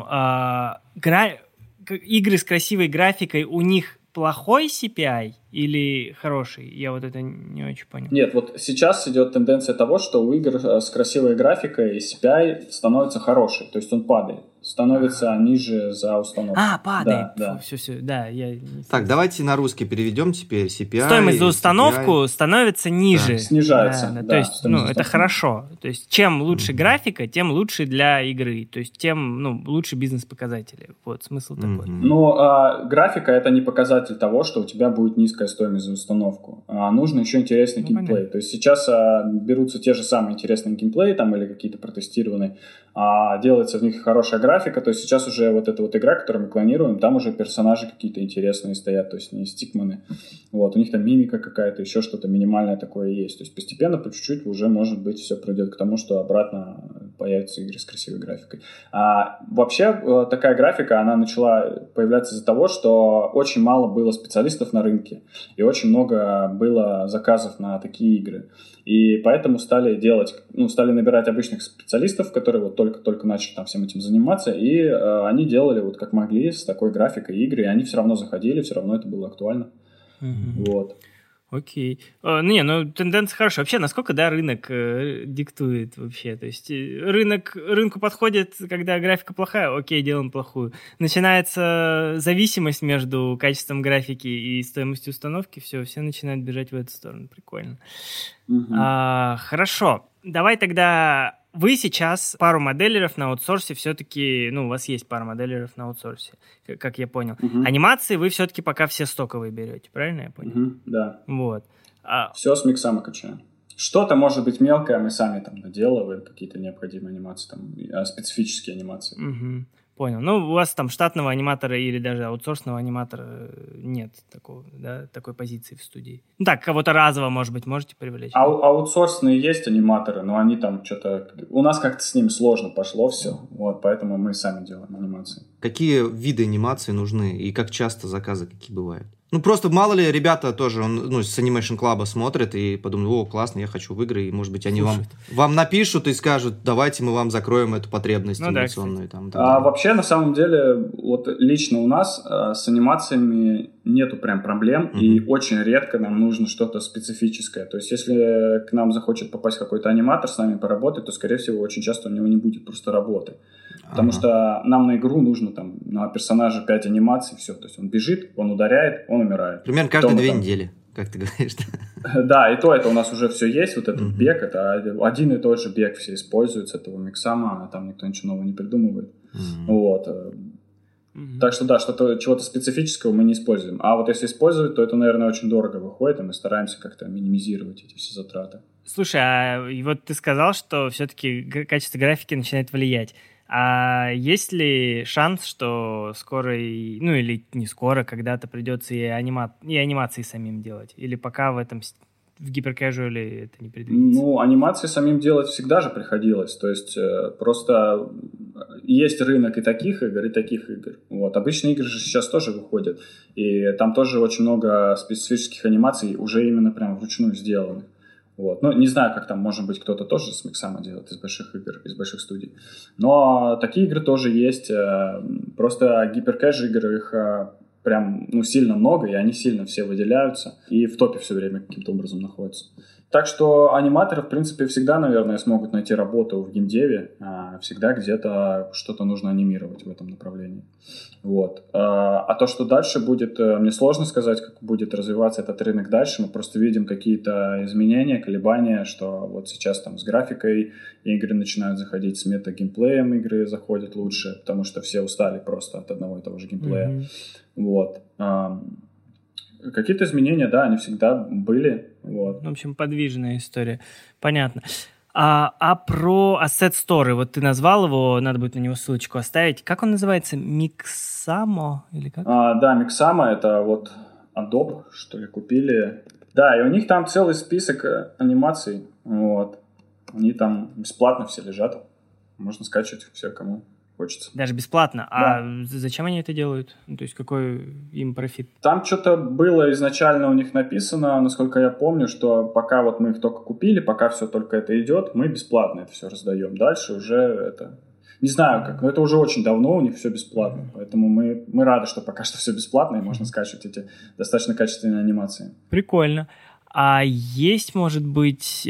Игры с красивой графикой, у них плохой CPI или хороший? Я вот это не очень понял. Нет, вот сейчас идет тенденция того, что у игр с красивой графикой CPI становится хороший, то есть он падает, становится ниже за установку. Падает. Да. Все, да. Так, давайте на русский переведем теперь CPI. Стоимость за установку CPI становится ниже. Да, снижается. Да. То есть, это хорошо. То есть, чем лучше графика, тем лучше для игры. То есть, тем лучше бизнес-показатели. Вот, смысл такой. Графика — это не показатель того, что у тебя будет низкая стоимость за установку. Нужно еще интересный геймплей. Понятно. То есть, сейчас берутся те же самые интересные геймплеи там, или какие-то протестированные, делается в них хорошая графика, то есть сейчас уже вот эта вот игра, которую мы клонируем, там уже персонажи какие-то интересные стоят, то есть не стикманы. Вот, у них там мимика какая-то, еще что-то минимальное такое есть. То есть постепенно, по чуть-чуть уже, может быть, все придет к тому, что обратно появятся игры с красивой графикой. Вообще, такая графика, она начала появляться из-за того, что очень мало было специалистов на рынке, и очень много было заказов на такие игры. И поэтому стали набирать обычных специалистов, которые вот только начали там всем этим заниматься, и они делали вот как могли с такой графикой игры, и они все равно заходили, все равно это было актуально. Вот. Окей. Тенденция хорошая. Вообще, насколько, рынок диктует вообще? То есть рынку подходит, когда графика плохая, окей, делаем плохую. Начинается зависимость между качеством графики и стоимостью установки, все начинают бежать в эту сторону. Прикольно. Хорошо. Давай тогда... Вы сейчас пару моделеров на аутсорсе все-таки... у вас есть пара моделеров на аутсорсе, как я понял. Анимации вы все-таки пока все стоковые берете, правильно я понял? Да. Вот. Все с миксама качаем. Что-то, может быть, мелкое мы сами там доделываем, какие-то необходимые анимации, там, специфические анимации. Понял. У вас там штатного аниматора или даже аутсорсного аниматора нет такой позиции в студии. Так, кого-то разово, может быть, можете привлечь? Аутсорсные есть аниматоры, но они там что-то... У нас как-то с ними сложно пошло все, вот, поэтому мы сами делаем анимации. Какие виды анимации нужны и как часто заказы какие бывают? Просто мало ли ребята тоже с Animation Club смотрят и подумают, классно, я хочу в игры, и, может быть, они вам напишут и скажут, давайте мы вам закроем эту потребность анимационную. Вообще, на самом деле, вот лично у нас с анимациями нету прям проблем, и очень редко нам нужно что-то специфическое. То есть, если к нам захочет попасть какой-то аниматор с нами поработать, то, скорее всего, очень часто у него не будет просто работы. Потому что нам на игру нужно там на персонажа 5 анимаций, все. То есть он бежит, он ударяет, он умирает. Примерно каждые 2 недели, как ты говоришь. Да, и то это у нас уже все есть, вот этот бег, это один и тот же бег все используют с этого миксама, а там никто ничего нового не придумывает. Вот. Так что да, чего-то специфического мы не используем. А вот если использовать, то это, наверное, очень дорого выходит, и мы стараемся как-то минимизировать эти все затраты. Слушай, и вот ты сказал, что все-таки качество графики начинает влиять. А есть ли шанс, что скоро, или не скоро, когда-то придется и анимации самим делать? Или пока в гиперкэжуале это не предвидится? Анимации самим делать всегда же приходилось. То есть просто есть рынок и таких игр, и таких игр. Вот. Обычные игры же сейчас тоже выходят. И там тоже очень много специфических анимаций уже именно прям вручную сделанных. Вот. Не знаю, как там, может быть, кто-то тоже с миксама делает из больших игр, из больших студий. Но такие игры тоже есть. Просто гиперкэш игр, их прям сильно много, и они сильно все выделяются. И в топе все время каким-то образом находятся. Так что аниматоры, в принципе, всегда, наверное, смогут найти работу в геймдеве. Всегда где-то что-то нужно анимировать в этом направлении. Вот. А то, что дальше будет, мне сложно сказать, как будет развиваться этот рынок дальше. Мы просто видим какие-то изменения, колебания, что вот сейчас там с графикой игры начинают заходить, с мета-геймплеем игры заходят лучше, потому что все устали просто от одного и того же геймплея. Вот. Какие-то изменения, да, они всегда были. Вот. В общем, подвижная история. Понятно. А про Asset Store, вот ты назвал его, надо будет на него ссылочку оставить. Как он называется? Mixamo или как? Да, Mixamo, это вот Adobe, что ли, купили. Да, и у них там целый список анимаций, вот. Они там бесплатно все лежат. Можно скачивать все, кому хочется. Даже бесплатно? Да. А зачем они это делают? То есть какой им профит? Там что-то было изначально у них написано, насколько я помню, что пока вот мы их только купили, пока все только это идет, мы бесплатно это все раздаем. Дальше уже это... Не знаю как, но это уже очень давно у них все бесплатно. Поэтому мы рады, что пока что все бесплатно, и можно скачивать эти достаточно качественные анимации. Прикольно. А есть, может быть,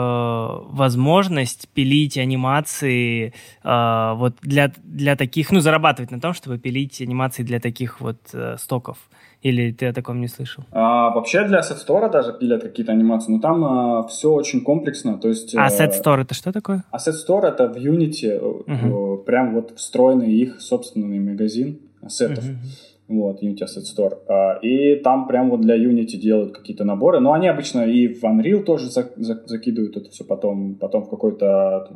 возможность пилить анимации вот для таких, ну, зарабатывать на том, чтобы пилить анимации для таких вот стоков? Или ты о таком не слышал? Вообще для Asset Store даже пилят какие-то анимации, но там все очень комплексно. То есть, Asset Store это что такое? Asset Store это в Unity прям вот встроенный их собственный магазин ассетов. Вот, Unity Asset Store. И там прям вот для Unity делают какие-то наборы. Но они обычно и в Unreal тоже закидывают это все потом в какой-то,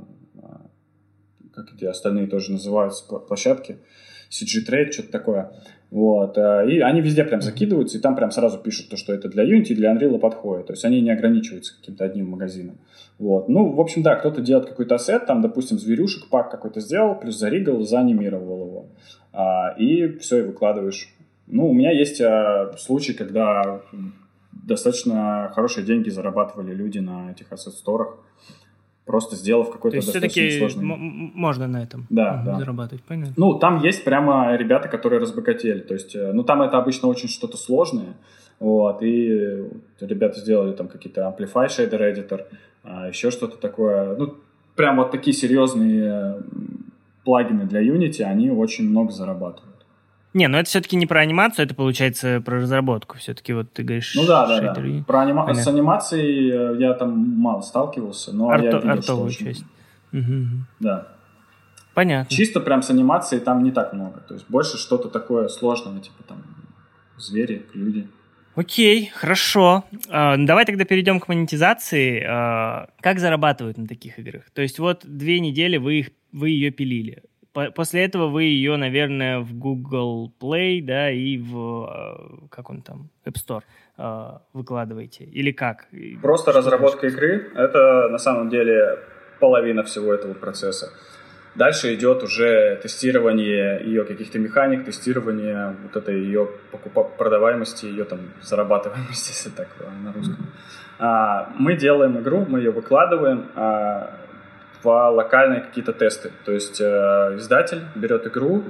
как эти остальные тоже называются, площадки. CG Trade, что-то такое. Вот. И они везде прям закидываются, и там прям сразу пишут, что это для Unity, для Unreal подходит. То есть они не ограничиваются каким-то одним магазином. Вот. Ну, в общем, да, кто-то делает какой-то ассет, там, допустим, зверюшек пак какой-то сделал, плюс заригал, заанимировал его. И все, и выкладываешь. Ну, у меня есть случай, когда достаточно хорошие деньги зарабатывали люди на этих ассет-сторах, просто сделав какой-то достаточно сложный... То есть все-таки можно на этом зарабатывать, понятно? Ну, там есть прямо ребята, которые разбогатели. То есть, ну, там это обычно очень что-то сложное. Вот, и ребята сделали там какие-то Amplify Shader Editor, еще что-то такое. Ну, прям вот такие серьезные плагины для Unity, они очень много зарабатывают. Не, но это все-таки не про анимацию, это получается про разработку. Все-таки вот ты говоришь... Ну да. С анимацией я там мало сталкивался, но я видел, артовую часть. Да. Понятно. Чисто прям с анимацией там не так много. То есть больше что-то такое сложное, типа там звери, люди. Окей, хорошо. Давай тогда перейдем к монетизации. Как зарабатывают на таких играх? То есть вот 2 недели вы ее пилили. После этого вы ее, наверное, в Google Play, да, и в, как он там, App Store выкладываете. Или как? Просто разработка игры — это на самом деле половина всего этого процесса. Дальше идет уже тестирование ее каких-то механик, тестирование вот этой ее продаваемости, ее там зарабатываемости, если так на русском. Мы делаем игру, мы ее выкладываем в локальные какие-то тесты. То есть издатель берет игру,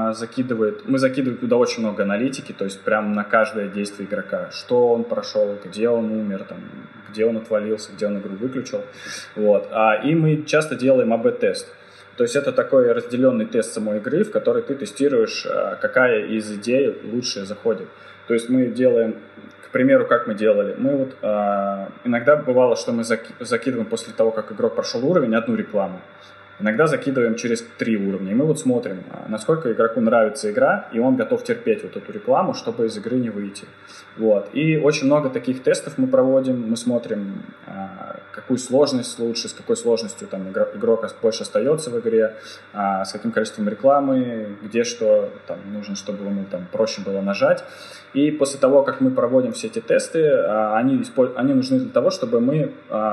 мы закидываем туда очень много аналитики, то есть прям на каждое действие игрока. Что он прошел, где он умер, там, где он отвалился, где он игру выключил. Вот. И мы часто делаем АБ-тест. То есть это такой разделенный тест самой игры, в которой ты тестируешь, какая из идей лучше заходит. То есть мы делаем, к примеру, как мы делали. Мы вот иногда бывало, что мы закидываем после того, как игрок прошел уровень, одну рекламу. Иногда закидываем через 3 уровня. И мы вот смотрим, насколько игроку нравится игра, и он готов терпеть вот эту рекламу, чтобы из игры не выйти. Вот. И очень много таких тестов мы проводим. Мы смотрим, какую сложность лучше, с какой сложностью там игрок больше остается в игре, с каким количеством рекламы, где что там нужно, чтобы ему там проще было нажать. И после того, как мы проводим все эти тесты, они нужны для того, чтобы мы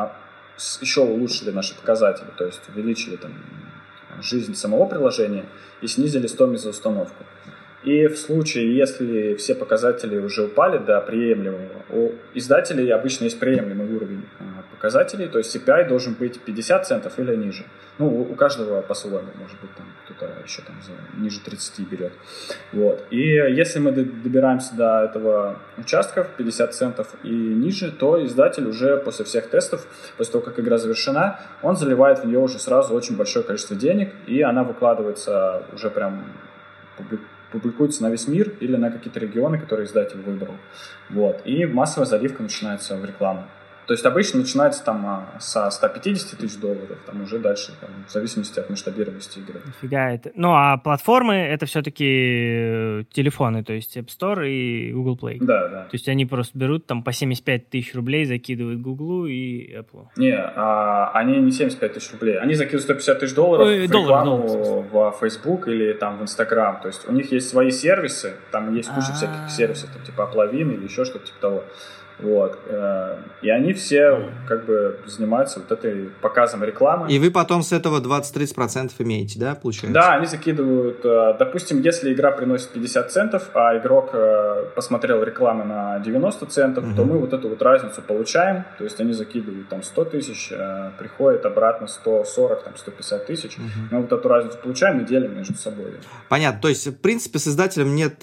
еще улучшили наши показатели, то есть увеличили там жизнь самого приложения и снизили стоимость за установку. И в случае, если все показатели уже упали до приемлемого, у издателей обычно есть приемлемый уровень показателей, то есть CPI должен быть 50 центов или ниже. Ну, у каждого по-своему, может быть, там кто-то еще там ниже 30 берет. Вот. И если мы добираемся до этого участка в 50 центов и ниже, то издатель уже после всех тестов, после того, как игра завершена, он заливает в нее уже сразу очень большое количество денег, и она выкладывается уже прям публикуется на весь мир или на какие-то регионы, которые издатель выбрал. Вот. И массовая заливка начинается в рекламу. То есть обычно начинается там со 150 тысяч долларов, там уже дальше, там, в зависимости от масштабируемости игры. Нифига это. Ну, а платформы — это все-таки телефоны, то есть App Store и Google Play. Да. То есть они просто берут там по 75 тысяч рублей, закидывают Google и Apple. Не, они не 75 тысяч рублей. Они закидывают 150 тысяч долларов в рекламу в Facebook или там в Instagram. То есть у них есть свои сервисы, там есть куча всяких сервисов, там, типа Applavin или еще что-то типа того. Вот. И они все как бы занимаются вот этой показом рекламы. И вы потом с этого 20-30% имеете, да, получается? Да, они закидывают, допустим, если игра приносит 50 центов, а игрок посмотрел рекламы на 90 центов, то мы вот эту вот разницу получаем, то есть они закидывают там 100 тысяч, приходит обратно 140, там 150 тысяч, мы вот эту разницу получаем и делим между собой. Понятно, то есть в принципе с издателем нет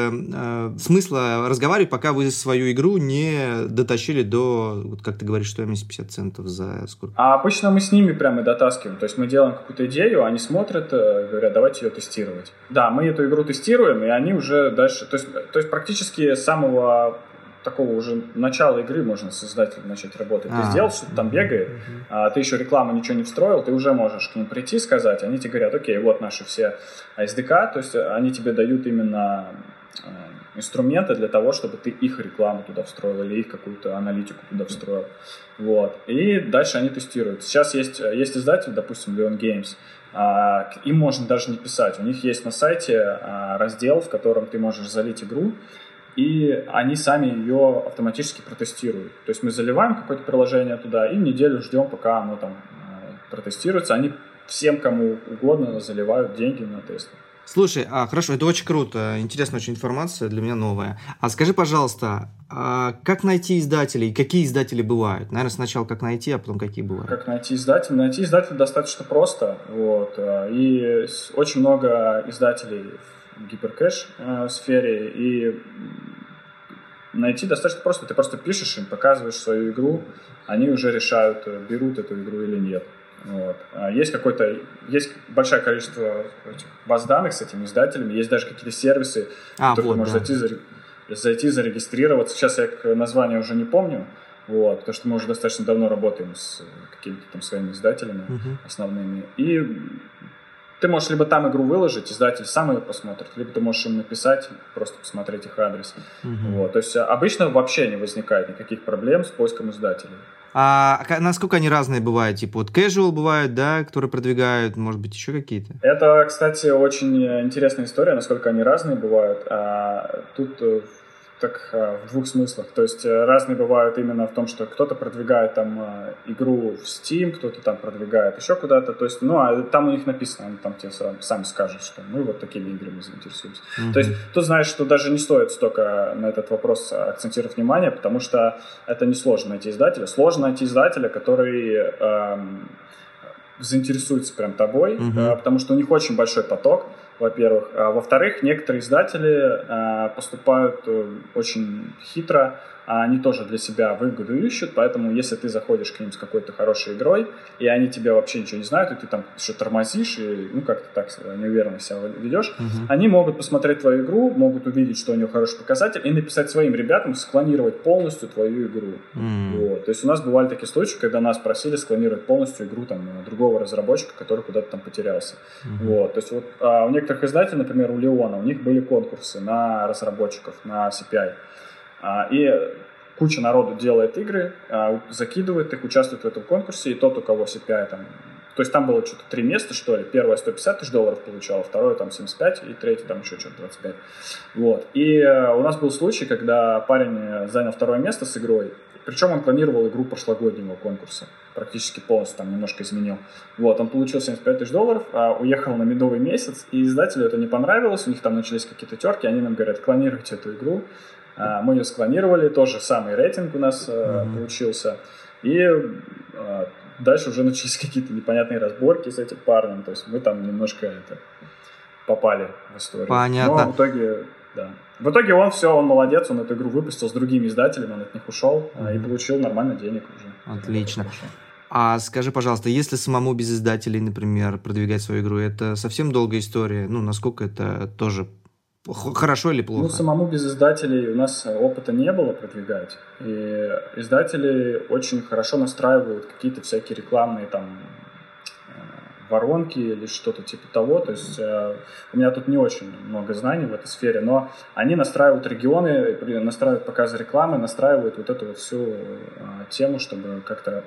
смысла разговаривать, пока вы свою игру не дотащили до, вот как ты говоришь, стоимости 50 центов за сколько? А обычно мы с ними прямо и дотаскиваем. То есть мы делаем какую-то идею, они смотрят, говорят, давайте ее тестировать. Да, мы эту игру тестируем, и они уже дальше... То есть практически с самого такого уже начала игры можно с издателем начать работать. Ты сделал, что-то там бегает, ты еще рекламу ничего не встроил, ты уже можешь к ним прийти, сказать, они тебе говорят, окей, вот наши все SDK, то есть они тебе дают именно... инструменты для того, чтобы ты их рекламу туда встроил или их какую-то аналитику туда встроил. Вот. И дальше они тестируют. Сейчас есть издатель, допустим, Leon Games, им можно даже не писать. У них есть на сайте раздел, в котором ты можешь залить игру, и они сами ее автоматически протестируют. То есть мы заливаем какое-то приложение туда и неделю ждем, пока оно там протестируется. Они всем, кому угодно, заливают деньги на тесты. Слушай, хорошо, это очень круто, интересная очень информация, для меня новая. А скажи, пожалуйста, как найти издателей, какие издатели бывают? Наверное, сначала как найти, а потом какие бывают? Как найти издателя? Найти издателя достаточно просто, вот, и очень много издателей в гиперкэш сфере, и найти достаточно просто, ты просто пишешь им, показываешь свою игру, они уже решают, берут эту игру или нет. Вот. Есть большое количество баз данных с этими издателями, есть даже какие-то сервисы, в которых ты можешь зайти, зарегистрироваться. Сейчас я название уже не помню, вот, потому что мы уже достаточно давно работаем с какими-то там своими издателями основными. И ты можешь либо там игру выложить, издатель сам ее посмотрит, либо ты можешь им написать, просто посмотреть их адрес. Вот. То есть обычно вообще не возникает никаких проблем с поиском издателей. А насколько они разные бывают? Типа вот casual бывают, да, которые продвигают, может быть, еще какие-то? Это, кстати, очень интересная история, насколько они разные бывают. Тут так в двух смыслах. То есть разные бывают именно в том, что кто-то продвигает там игру в Steam, кто-то там продвигает еще куда-то. То есть, там у них написано, они там тебе сами скажут, что мы вот такими играми заинтересуемся. То есть тут знаешь, что даже не стоит столько на этот вопрос акцентировать внимание, потому что это несложно найти издателя. Сложно найти издателя, который заинтересуется прям тобой, потому что у них очень большой поток, во-первых. Во-вторых, некоторые издатели поступают очень хитро, они тоже для себя выгоду ищут, поэтому если ты заходишь к ним с какой-то хорошей игрой, и они тебя вообще ничего не знают, и ты там еще тормозишь, и как-то так неуверенно себя ведешь, они могут посмотреть твою игру, могут увидеть, что у нее хороший показатель, и написать своим ребятам склонировать полностью твою игру. Вот. То есть у нас бывали такие случаи, когда нас просили склонировать полностью игру там, другого разработчика, который куда-то там потерялся. Вот. То есть вот, у некоторых издателей, например, у Леона, у них были конкурсы на разработчиков, на CPI. И куча народу делает игры, закидывает их, участвует в этом конкурсе, и тот, у кого CPI там... То есть там было что-то 3 места, что ли. Первое $150 тысяч получало, второе там 75, и третье там еще что-то 25. Вот. И у нас был случай, когда парень занял 2 место с игрой, причем он клонировал игру прошлогоднего конкурса. Практически полностью там немножко изменил. Вот, он получил $75 тысяч, уехал на медовый месяц, и издателю это не понравилось, у них там начались какие-то терки, они нам говорят, клонируйте эту игру. Мы ее склонировали, тоже самый рейтинг у нас получился. И дальше уже начались какие-то непонятные разборки с этим парнем. То есть мы там немножко попали в историю. Понятно. Но в итоге, да. В итоге он молодец, он эту игру выпустил с другими издателями, он от них ушел и получил нормально денег уже. Отлично. А скажи, пожалуйста, если самому без издателей, например, продвигать свою игру, это совсем долгая история? Насколько это тоже хорошо или плохо? Самому без издателей у нас опыта не было продвигать. И издатели очень хорошо настраивают какие-то всякие рекламные там воронки или что-то типа того. То есть у меня тут не очень много знаний в этой сфере, но они настраивают регионы, настраивают показы рекламы, настраивают вот эту вот всю тему, чтобы как-то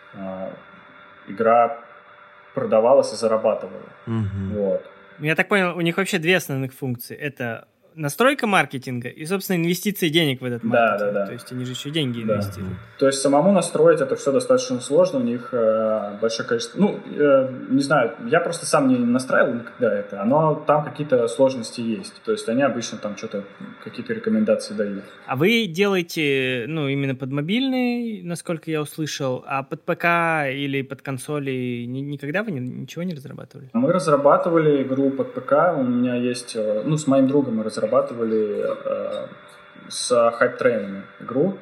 игра продавалась и зарабатывала. Вот. Я так понял, у них вообще 2 основных функции. Это настройка маркетинга и, собственно, инвестиции денег в этот маркетинг. Да. То есть они же еще деньги инвестируют. То есть самому настроить это все достаточно сложно, у них большое количество... не знаю, я просто сам не настраивал никогда это, но там какие-то сложности есть. То есть они обычно там что-то, какие-то рекомендации дают. А вы делаете, именно под мобильный, насколько я услышал, а под ПК или под консоли никогда вы ничего не разрабатывали? Мы разрабатывали игру под ПК, у меня есть... с моим другом мы разрабатывали с Hype Train'ами игру.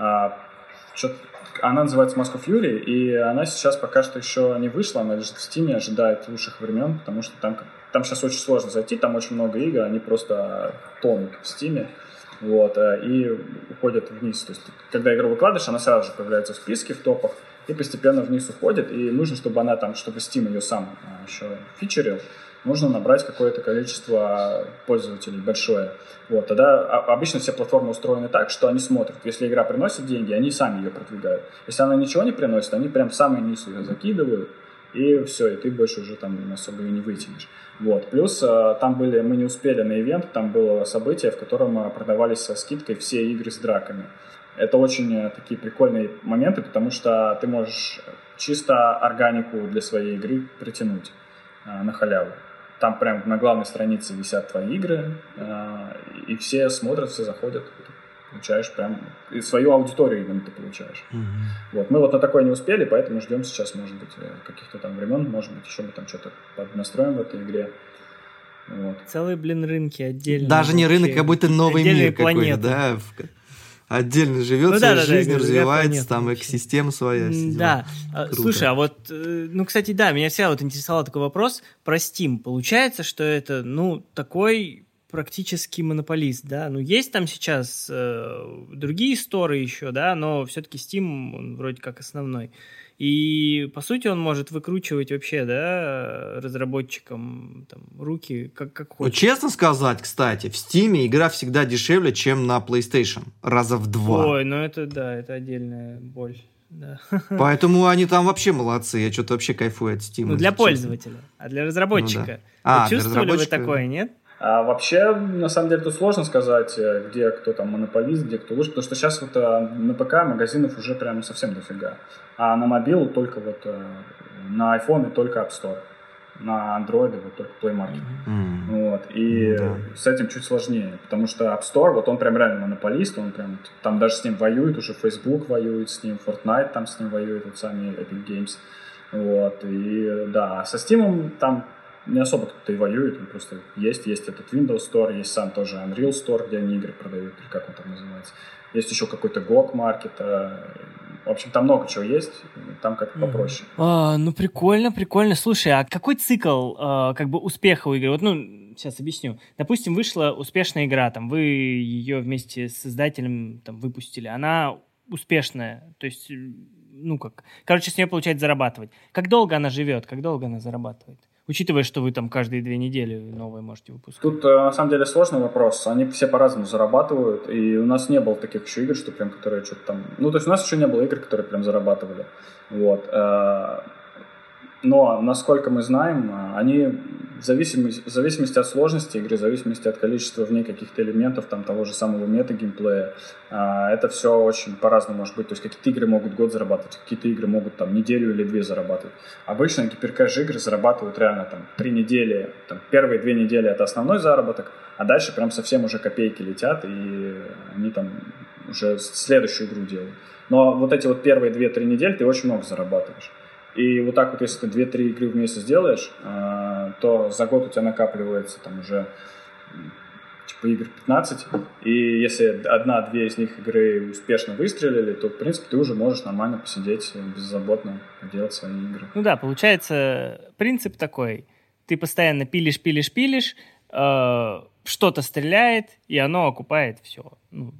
Она называется Mask of Fury, и она сейчас пока что еще не вышла, она лежит в Steam, ожидает лучших времен, потому что там сейчас очень сложно зайти, там очень много игр, они просто тонут в Steam, и уходят вниз. То есть, когда игру выкладываешь, она сразу же появляется в списке, в топах, и постепенно вниз уходит, и нужно, чтобы она там, чтобы Steam ее сам еще фичерил, нужно набрать какое-то количество пользователей большое. Тогда обычно все платформы устроены так, что они смотрят. Если игра приносит деньги, они сами ее продвигают. Если она ничего не приносит, они прям в самый низ ее закидывают, и все, и ты больше уже там особо ее не вытянешь. Плюс мы не успели на ивент, там было событие, в котором продавались со скидкой все игры с драками. Это очень такие прикольные моменты, потому что ты можешь чисто органику для своей игры притянуть на халяву. Там прям на главной странице висят твои игры, и все смотрят, все заходят, получаешь прям и свою аудиторию именно ты получаешь. Mm-hmm. Мы на такое не успели, поэтому ждем сейчас, может быть, каких-то там времен, может быть, еще мы там что-то настроим в этой игре. Целые, рынки отдельные. Даже не рынок, как будто новый мир какой-то, да? Отдельно живет, своей жизнью развивается, там экосистема своя. Да. Слушай, кстати, да, меня всегда интересовал такой вопрос про Steam. Получается, что это, такой практически монополист, да? Есть там сейчас другие сторы еще, да, но все-таки Steam, он вроде как основной. И, по сути, он может выкручивать вообще, да, разработчикам там, руки, как хочет. Честно сказать, кстати, в Steam игра всегда дешевле, чем на PlayStation. Раза в 2. Ой, это отдельная боль. Да. Поэтому они там вообще молодцы. Я что-то вообще кайфую от Steam. Для пользователя, а для разработчика. Чувствовали вы такое, нет? А вообще, на самом деле, тут сложно сказать, где кто там монополист, где кто лучше, потому что сейчас на ПК магазинов уже прям совсем дофига. А на мобилу только на iPhone только App Store, на Android только Play Market. И с этим чуть сложнее, потому что App Store, он прям реально монополист, он прям там даже с ним воюет, уже Facebook воюет с ним, Fortnite там с ним воюет, сами Epic Games. И да, со Steam там не особо кто-то и воюет, он просто есть этот Windows Store, есть сам тоже Unreal Store, где они игры продают, или как он там называется. Есть еще какой-то GOG Market. В общем, там много чего есть, там как-то попроще. Прикольно. Слушай, а какой цикл успеха у игры? Сейчас объясню. Допустим, вышла успешная игра, там, вы ее вместе с издателем там, выпустили, она успешная, то есть, с нее получается зарабатывать. Как долго она живет, как долго она зарабатывает? Учитывая, что вы там каждые 2 недели новые можете выпускать. Тут, на самом деле, сложный вопрос. Они все по-разному зарабатывают. И у нас не было таких еще игр, что прям, которые что-то там... то есть у нас еще не было игр, которые прям зарабатывали. Но, насколько мы знаем, они в зависимости от сложности игры, в зависимости от количества в ней каких-то элементов, там, того же самого мета-геймплея, это все очень по-разному может быть. То есть какие-то игры могут год зарабатывать, какие-то игры могут там неделю или 2 зарабатывать. Обычно гиперкэш игры зарабатывают реально там 3 недели, там, первые 2 недели это основной заработок, а дальше прям совсем уже копейки летят, и они там уже следующую игру делают. Но эти первые 2-3 недели ты очень много зарабатываешь. И если ты 2-3 игры в месяц делаешь, то за год у тебя накапливается там уже игр 15. И если 1-2 из них игры успешно выстрелили, то, в принципе, ты уже можешь нормально посидеть, беззаботно делать свои игры. Получается, принцип такой. Ты постоянно пилишь, что-то стреляет, и оно окупает все.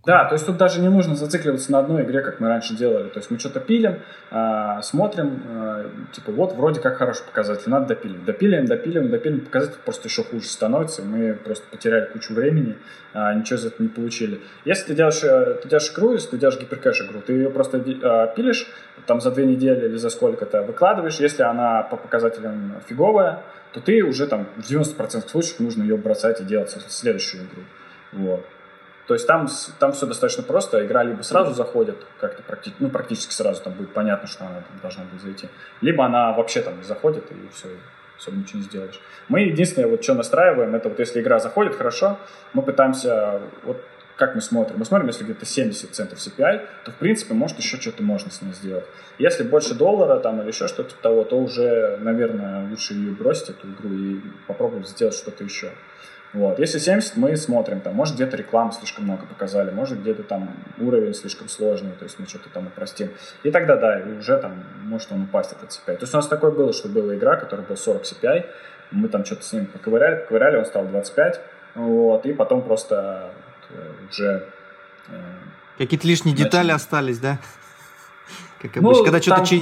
Да, то есть тут даже не нужно зацикливаться на одной игре, как мы раньше делали. То есть мы что-то пилим, смотрим, типа вот вроде как хороший показатель, надо допилить. Допилим, показатель просто еще хуже становится. Мы просто потеряли кучу времени, ничего из этого не получили. Если ты делаешь игру, если ты делаешь гиперкэш игру, ты ее просто пилишь там за 2 недели или за сколько-то, выкладываешь. Если она по показателям фиговая, то ты уже там в 90% случаев нужно ее бросать и делать следующую игру. Вот. То есть там все достаточно просто. Игра либо сразу заходит, как-то практически сразу там будет понятно, что она там должна будет зайти, либо она вообще там не заходит, и все, особо ничего не сделаешь. Мы единственное, вот что настраиваем, это вот если игра заходит хорошо, мы пытаемся, вот как мы смотрим? Мы смотрим, если где-то 70 центов CPI, то в принципе, может, еще что-то можно с ней сделать. Если больше $1 там, или еще что-то того, то уже, наверное, лучше ее бросить, эту игру, и попробовать сделать что-то еще. Вот. Если 70, мы смотрим, там, может, где-то рекламы слишком много показали, может, где-то там уровень слишком сложный, то есть мы что-то там упростим. И тогда, да, и уже там может он упасть, этот CPI. То есть у нас такое было, что была игра, которая была 40 CPI, мы там что-то с ним поковыряли, он стал 25, вот, и потом просто уже... Какие-то лишние детали остались, да? Как обычно, когда что-то чинишь.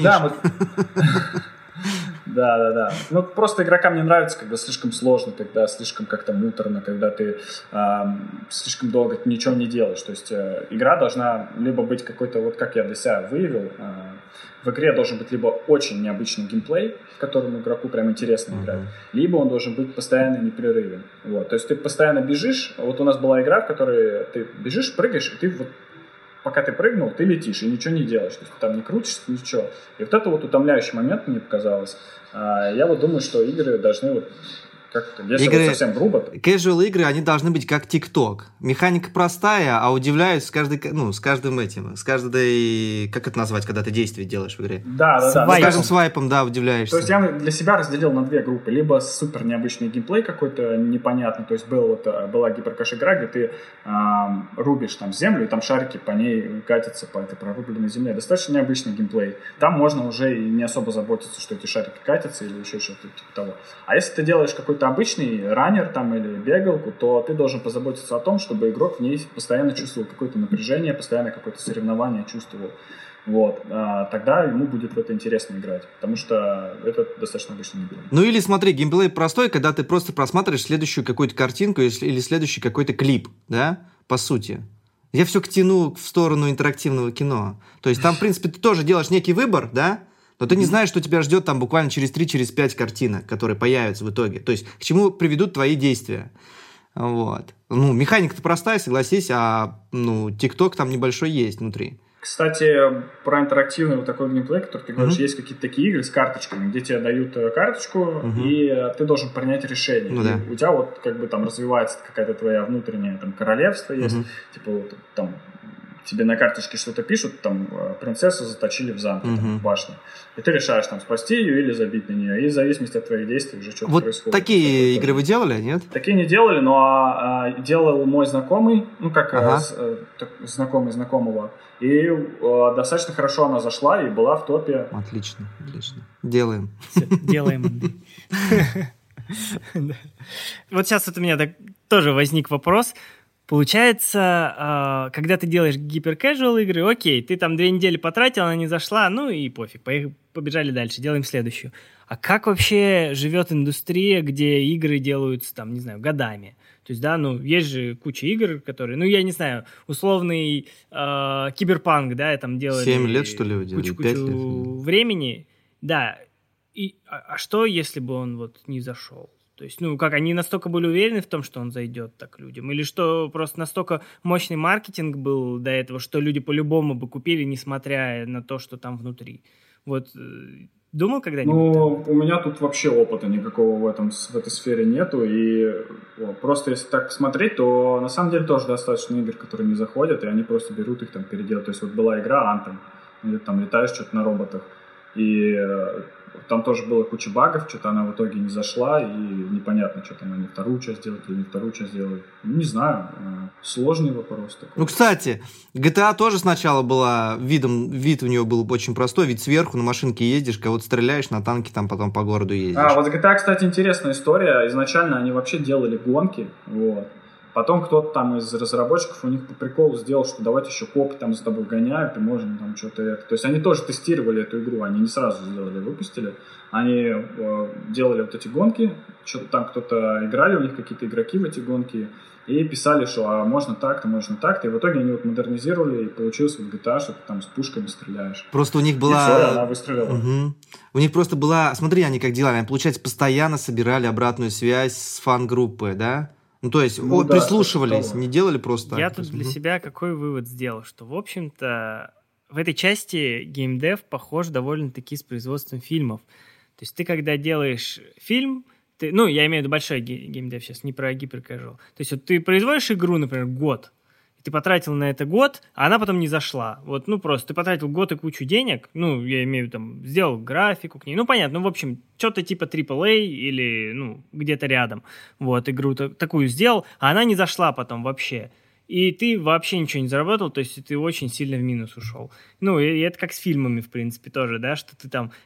Да. Ну, просто игрокам не нравится, когда слишком сложно, когда слишком как-то муторно, когда ты слишком долго ничего не делаешь. То есть игра должна либо быть какой-то, вот как я для себя выявил, в игре должен быть либо очень необычный геймплей, в котором игроку прям интересно играть, либо он должен быть постоянно непрерывен. Вот. То есть ты постоянно бежишь. Вот у нас была игра, в которой ты бежишь, прыгаешь, и ты вот пока ты прыгнул, ты летишь и ничего не делаешь. То есть ты там не крутишься, ничего. И вот это вот утомляющий момент мне показалось. Я вот думаю, что игры должны вот как-то, если игры, вот совсем грубо... Casual игры, они должны быть как TikTok. Механика простая, а удивляют с каждой, с каждым этим, с каждой... Как это назвать, когда ты действие делаешь в игре? Да. С каждым свайпом, да, удивляешься. То есть я для себя разделил на 2 группы. Либо супер необычный геймплей какой-то непонятный. То есть была гиперкэш игра, где ты рубишь там землю, и там шарики по ней катятся по этой прорубленной земле. Достаточно необычный геймплей. Там можно уже и не особо заботиться, что эти шарики катятся или еще что-то типа того. А если ты делаешь какой-то обычный раннер там или бегалку, то ты должен позаботиться о том, чтобы игрок в ней постоянно чувствовал какое-то напряжение, постоянно какое-то соревнование чувствовал. Вот. Тогда ему будет в это интересно играть, потому что это достаточно обычный геймплей. Ну или смотри, геймплей простой, когда ты просто просматриваешь следующую какую-то картинку или следующий какой-то клип, да, по сути. Я все тяну в сторону интерактивного кино. То есть там, в принципе, ты тоже делаешь некий выбор, да, но ты не знаешь, что тебя ждет там буквально через 3-5 картинок, которые появятся в итоге. То есть к чему приведут твои действия. Вот. Ну, механика-то простая, согласись, а TikTok там небольшой есть внутри. Кстати, про интерактивный вот такой геймплей, который ты говоришь, есть какие-то такие игры с карточками, где тебе дают карточку, и ты должен принять решение. Да. У тебя вот как бы там развивается какая-то твоя внутренняя там королевство есть, типа вот там тебе на карточке что-то пишут, там принцессу заточили в замке, там, в башне. И ты решаешь там спасти ее или забить на нее. И в зависимости от твоих действий уже что-то происходит. Вот такие игры вы делали, нет? Такие не делали, но делал мой знакомый, знакомый знакомого. И достаточно хорошо она зашла и была в топе. Отлично. Делаем. Делаем. Вот сейчас у меня тоже возник вопрос. Получается, когда ты делаешь гиперкэжуал игры, окей, ты там 2 недели потратил, она не зашла, ну и пофиг, побежали дальше, делаем следующую. А как вообще живет индустрия, где игры делаются, там, не знаю, годами? То есть, да, есть же куча игр, которые, я не знаю, условный киберпанк, да, там делали... 7 лет, что ли, вы делали? Кучу времени, да. А что, если бы он вот не зашел? То есть, они настолько были уверены в том, что он зайдет так людям? Или что просто настолько мощный маркетинг был до этого, что люди по-любому бы купили, несмотря на то, что там внутри? Вот думал когда-нибудь? У меня тут вообще опыта никакого в этой сфере нету. И просто если так смотреть, то на самом деле тоже достаточно игр, которые не заходят, и они просто берут их там переделать. То есть вот была игра Anthem, где ты там летаешь что-то на роботах, и там тоже было куча багов, что-то она в итоге не зашла, и непонятно, что там они вторую часть делают или не вторую часть делают. Не знаю, сложный вопрос такой. Кстати, GTA тоже сначала была, вид у нее был очень простой, вид сверху, на машинке ездишь, кого-то стреляешь, на танке там потом по городу ездишь. Вот GTA, кстати, интересная история. Изначально они вообще делали гонки, вот. Потом кто-то там из разработчиков у них по приколу сделал, что давайте еще копы там за тобой гоняют, и можно там что-то это. То есть они тоже тестировали эту игру, они не сразу сделали, выпустили. Они делали вот эти гонки, что-то там кто-то играли, у них какие-то игроки в эти гонки, и писали, что можно так-то, можно так-то. И в итоге они вот модернизировали, и получилось вот GTA, что ты там с пушками стреляешь. Просто у них была... И все, она выстрелила. Угу. У них просто была... Смотри, они как делали. Они, получается, постоянно собирали обратную связь с фан-группой, да? Ну, то есть прислушивались, не делали просто... Я тут для себя какой вывод сделал, что, в общем-то, в этой части геймдев похож довольно-таки с производством фильмов. То есть ты, когда делаешь фильм... я имею в виду большой геймдев сейчас, не про гиперкэжуал. То есть вот ты производишь игру, например, год, и ты потратил на это год, а она потом не зашла. Вот, просто ты потратил год и кучу денег, я имею в виду, там, сделал графику к ней, понятно, в общем, что-то типа AAA или, где-то рядом, вот, игру такую сделал, а она не зашла потом вообще. И ты вообще ничего не заработал, то есть ты очень сильно в минус ушел. И это как с фильмами, в принципе, тоже, да, что ты там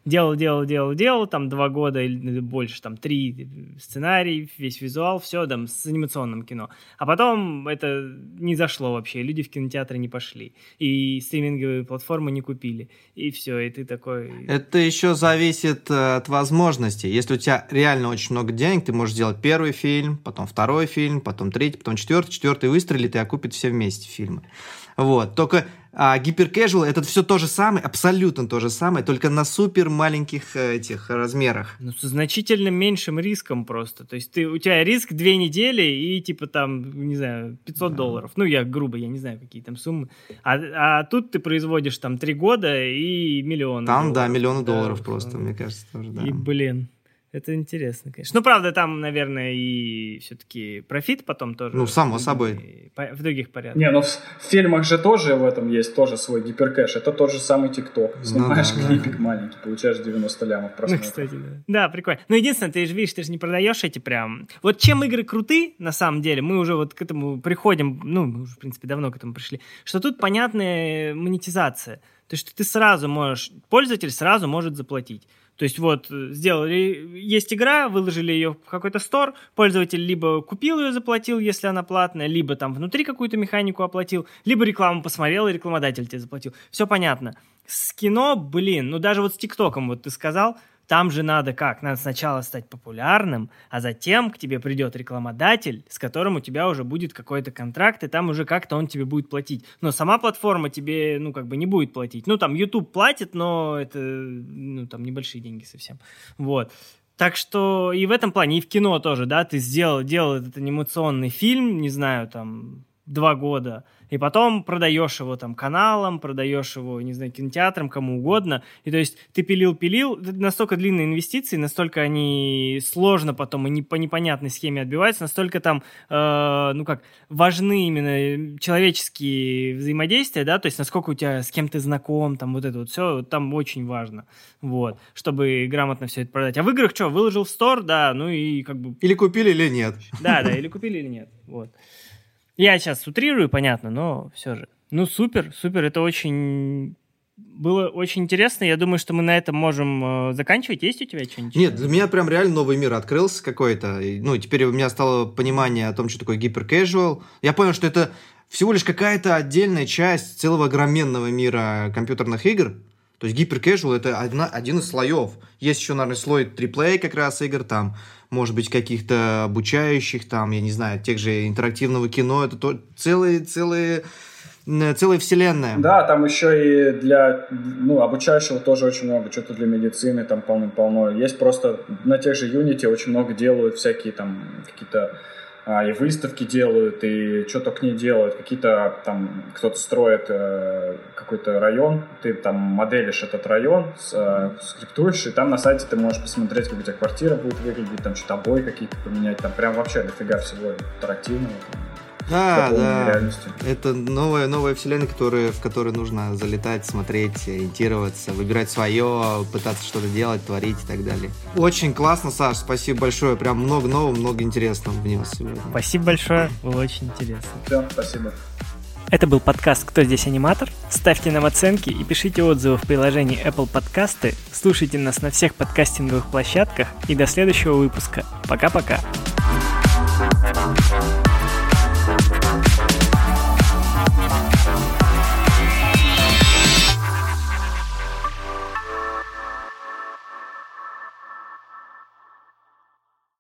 делал, там 2 года или больше, там 3 сценарий, весь визуал, все там с анимационным кино. А потом это не зашло вообще, люди в кинотеатры не пошли, и стриминговые платформы не купили, и все, и ты такой... Это еще зависит от возможностей. Если у тебя реально очень много денег, ты можешь сделать первый фильм, потом второй фильм, потом третий, потом четвертый выстрелит и окупит все вместе фильмы. Вот. Только гиперкэжуал — это все то же самое, абсолютно то же самое, только на супер маленьких этих размерах. Со значительно меньшим риском просто. То есть у тебя риск 2 недели и типа там, не знаю, $500. Я грубо, я не знаю, какие там суммы. А тут ты производишь там 3 года и миллионы. Там, $1 миллион просто, мне кажется, тоже, да. И, это интересно, конечно. Правда, там, наверное, и все-таки профит потом тоже. Само собой. В других порядках. Не, в фильмах же тоже в этом есть тоже свой гиперкэш. Это тот же самый ТикТок. Снимаешь клипик маленький, получаешь 90 лямов просмотров. Кстати, да. Да, прикольно. Единственное, ты же видишь, ты же не продаешь эти прям... Вот чем игры круты, на самом деле, мы уже вот к этому приходим, мы уже, в принципе, давно к этому пришли, что тут понятная монетизация. То есть, что ты сразу можешь... Пользователь сразу может заплатить. То есть вот сделали, есть игра, выложили ее в какой-то стор, пользователь либо купил ее, заплатил, если она платная, либо там внутри какую-то механику оплатил, либо рекламу посмотрел, и рекламодатель тебе заплатил. Все понятно. С кино, даже вот с ТикТоком, вот ты сказал, там же надо как? Надо сначала стать популярным, а затем к тебе придет рекламодатель, с которым у тебя уже будет какой-то контракт, и там уже как-то он тебе будет платить. Но сама платформа тебе, не будет платить. Там YouTube платит, но это, там небольшие деньги совсем. Вот. Так что и в этом плане, и в кино тоже, да, ты делал этот анимационный фильм, не знаю, там, 2 года, и потом продаешь его там каналам, продаешь его, не знаю, кинотеатрам, кому угодно. И то есть ты пилил, настолько длинные инвестиции, настолько они сложно потом и по непонятной схеме отбиваются, настолько там, важны именно человеческие взаимодействия, да, то есть насколько у тебя с кем ты знаком, там вот это вот все, там очень важно, вот, чтобы грамотно все это продать. А в играх что, выложил в стор, да, и как бы... Или купили, или нет. Да, или купили, или нет, вот. Я сейчас утрирую, понятно, но все же. Супер, это было очень интересно. Я думаю, что мы на этом можем заканчивать. Есть у тебя что-нибудь? Нет, для меня прям реально новый мир открылся какой-то. Теперь у меня стало понимание о том, что такое гиперкэжуал. Я понял, что это всего лишь какая-то отдельная часть целого огроменного мира компьютерных игр. То есть гиперкэжуал — это один из слоев. Есть еще, наверное, слой AAA как раз игр, там, может быть, каких-то обучающих, там, я не знаю, тех же интерактивного кино. Это целая вселенная. Да, там еще и для обучающего тоже очень много, что-то для медицины там полно-полно. Есть просто на тех же Unity очень много делают всякие там какие-то и выставки делают, и что только не делают. Какие-то там, кто-то строит какой-то район, ты там моделишь этот район, скриптуешь, и там на сайте ты можешь посмотреть, как у тебя квартира будет выглядеть, там что-то обои какие-то поменять, там прям вообще дофига всего интерактивного. Да. Это новая вселенная, в которой нужно залетать, смотреть, ориентироваться, выбирать свое, пытаться что-то делать, творить и так далее. Очень классно, Саш, спасибо большое. Прям много нового, много интересного внес сегодня. Спасибо большое, было очень интересно. Все, спасибо. Это был подкаст «Кто здесь аниматор?». Ставьте нам оценки и пишите отзывы в приложении Apple Подкасты. Слушайте нас на всех подкастинговых площадках и до следующего выпуска. Пока-пока.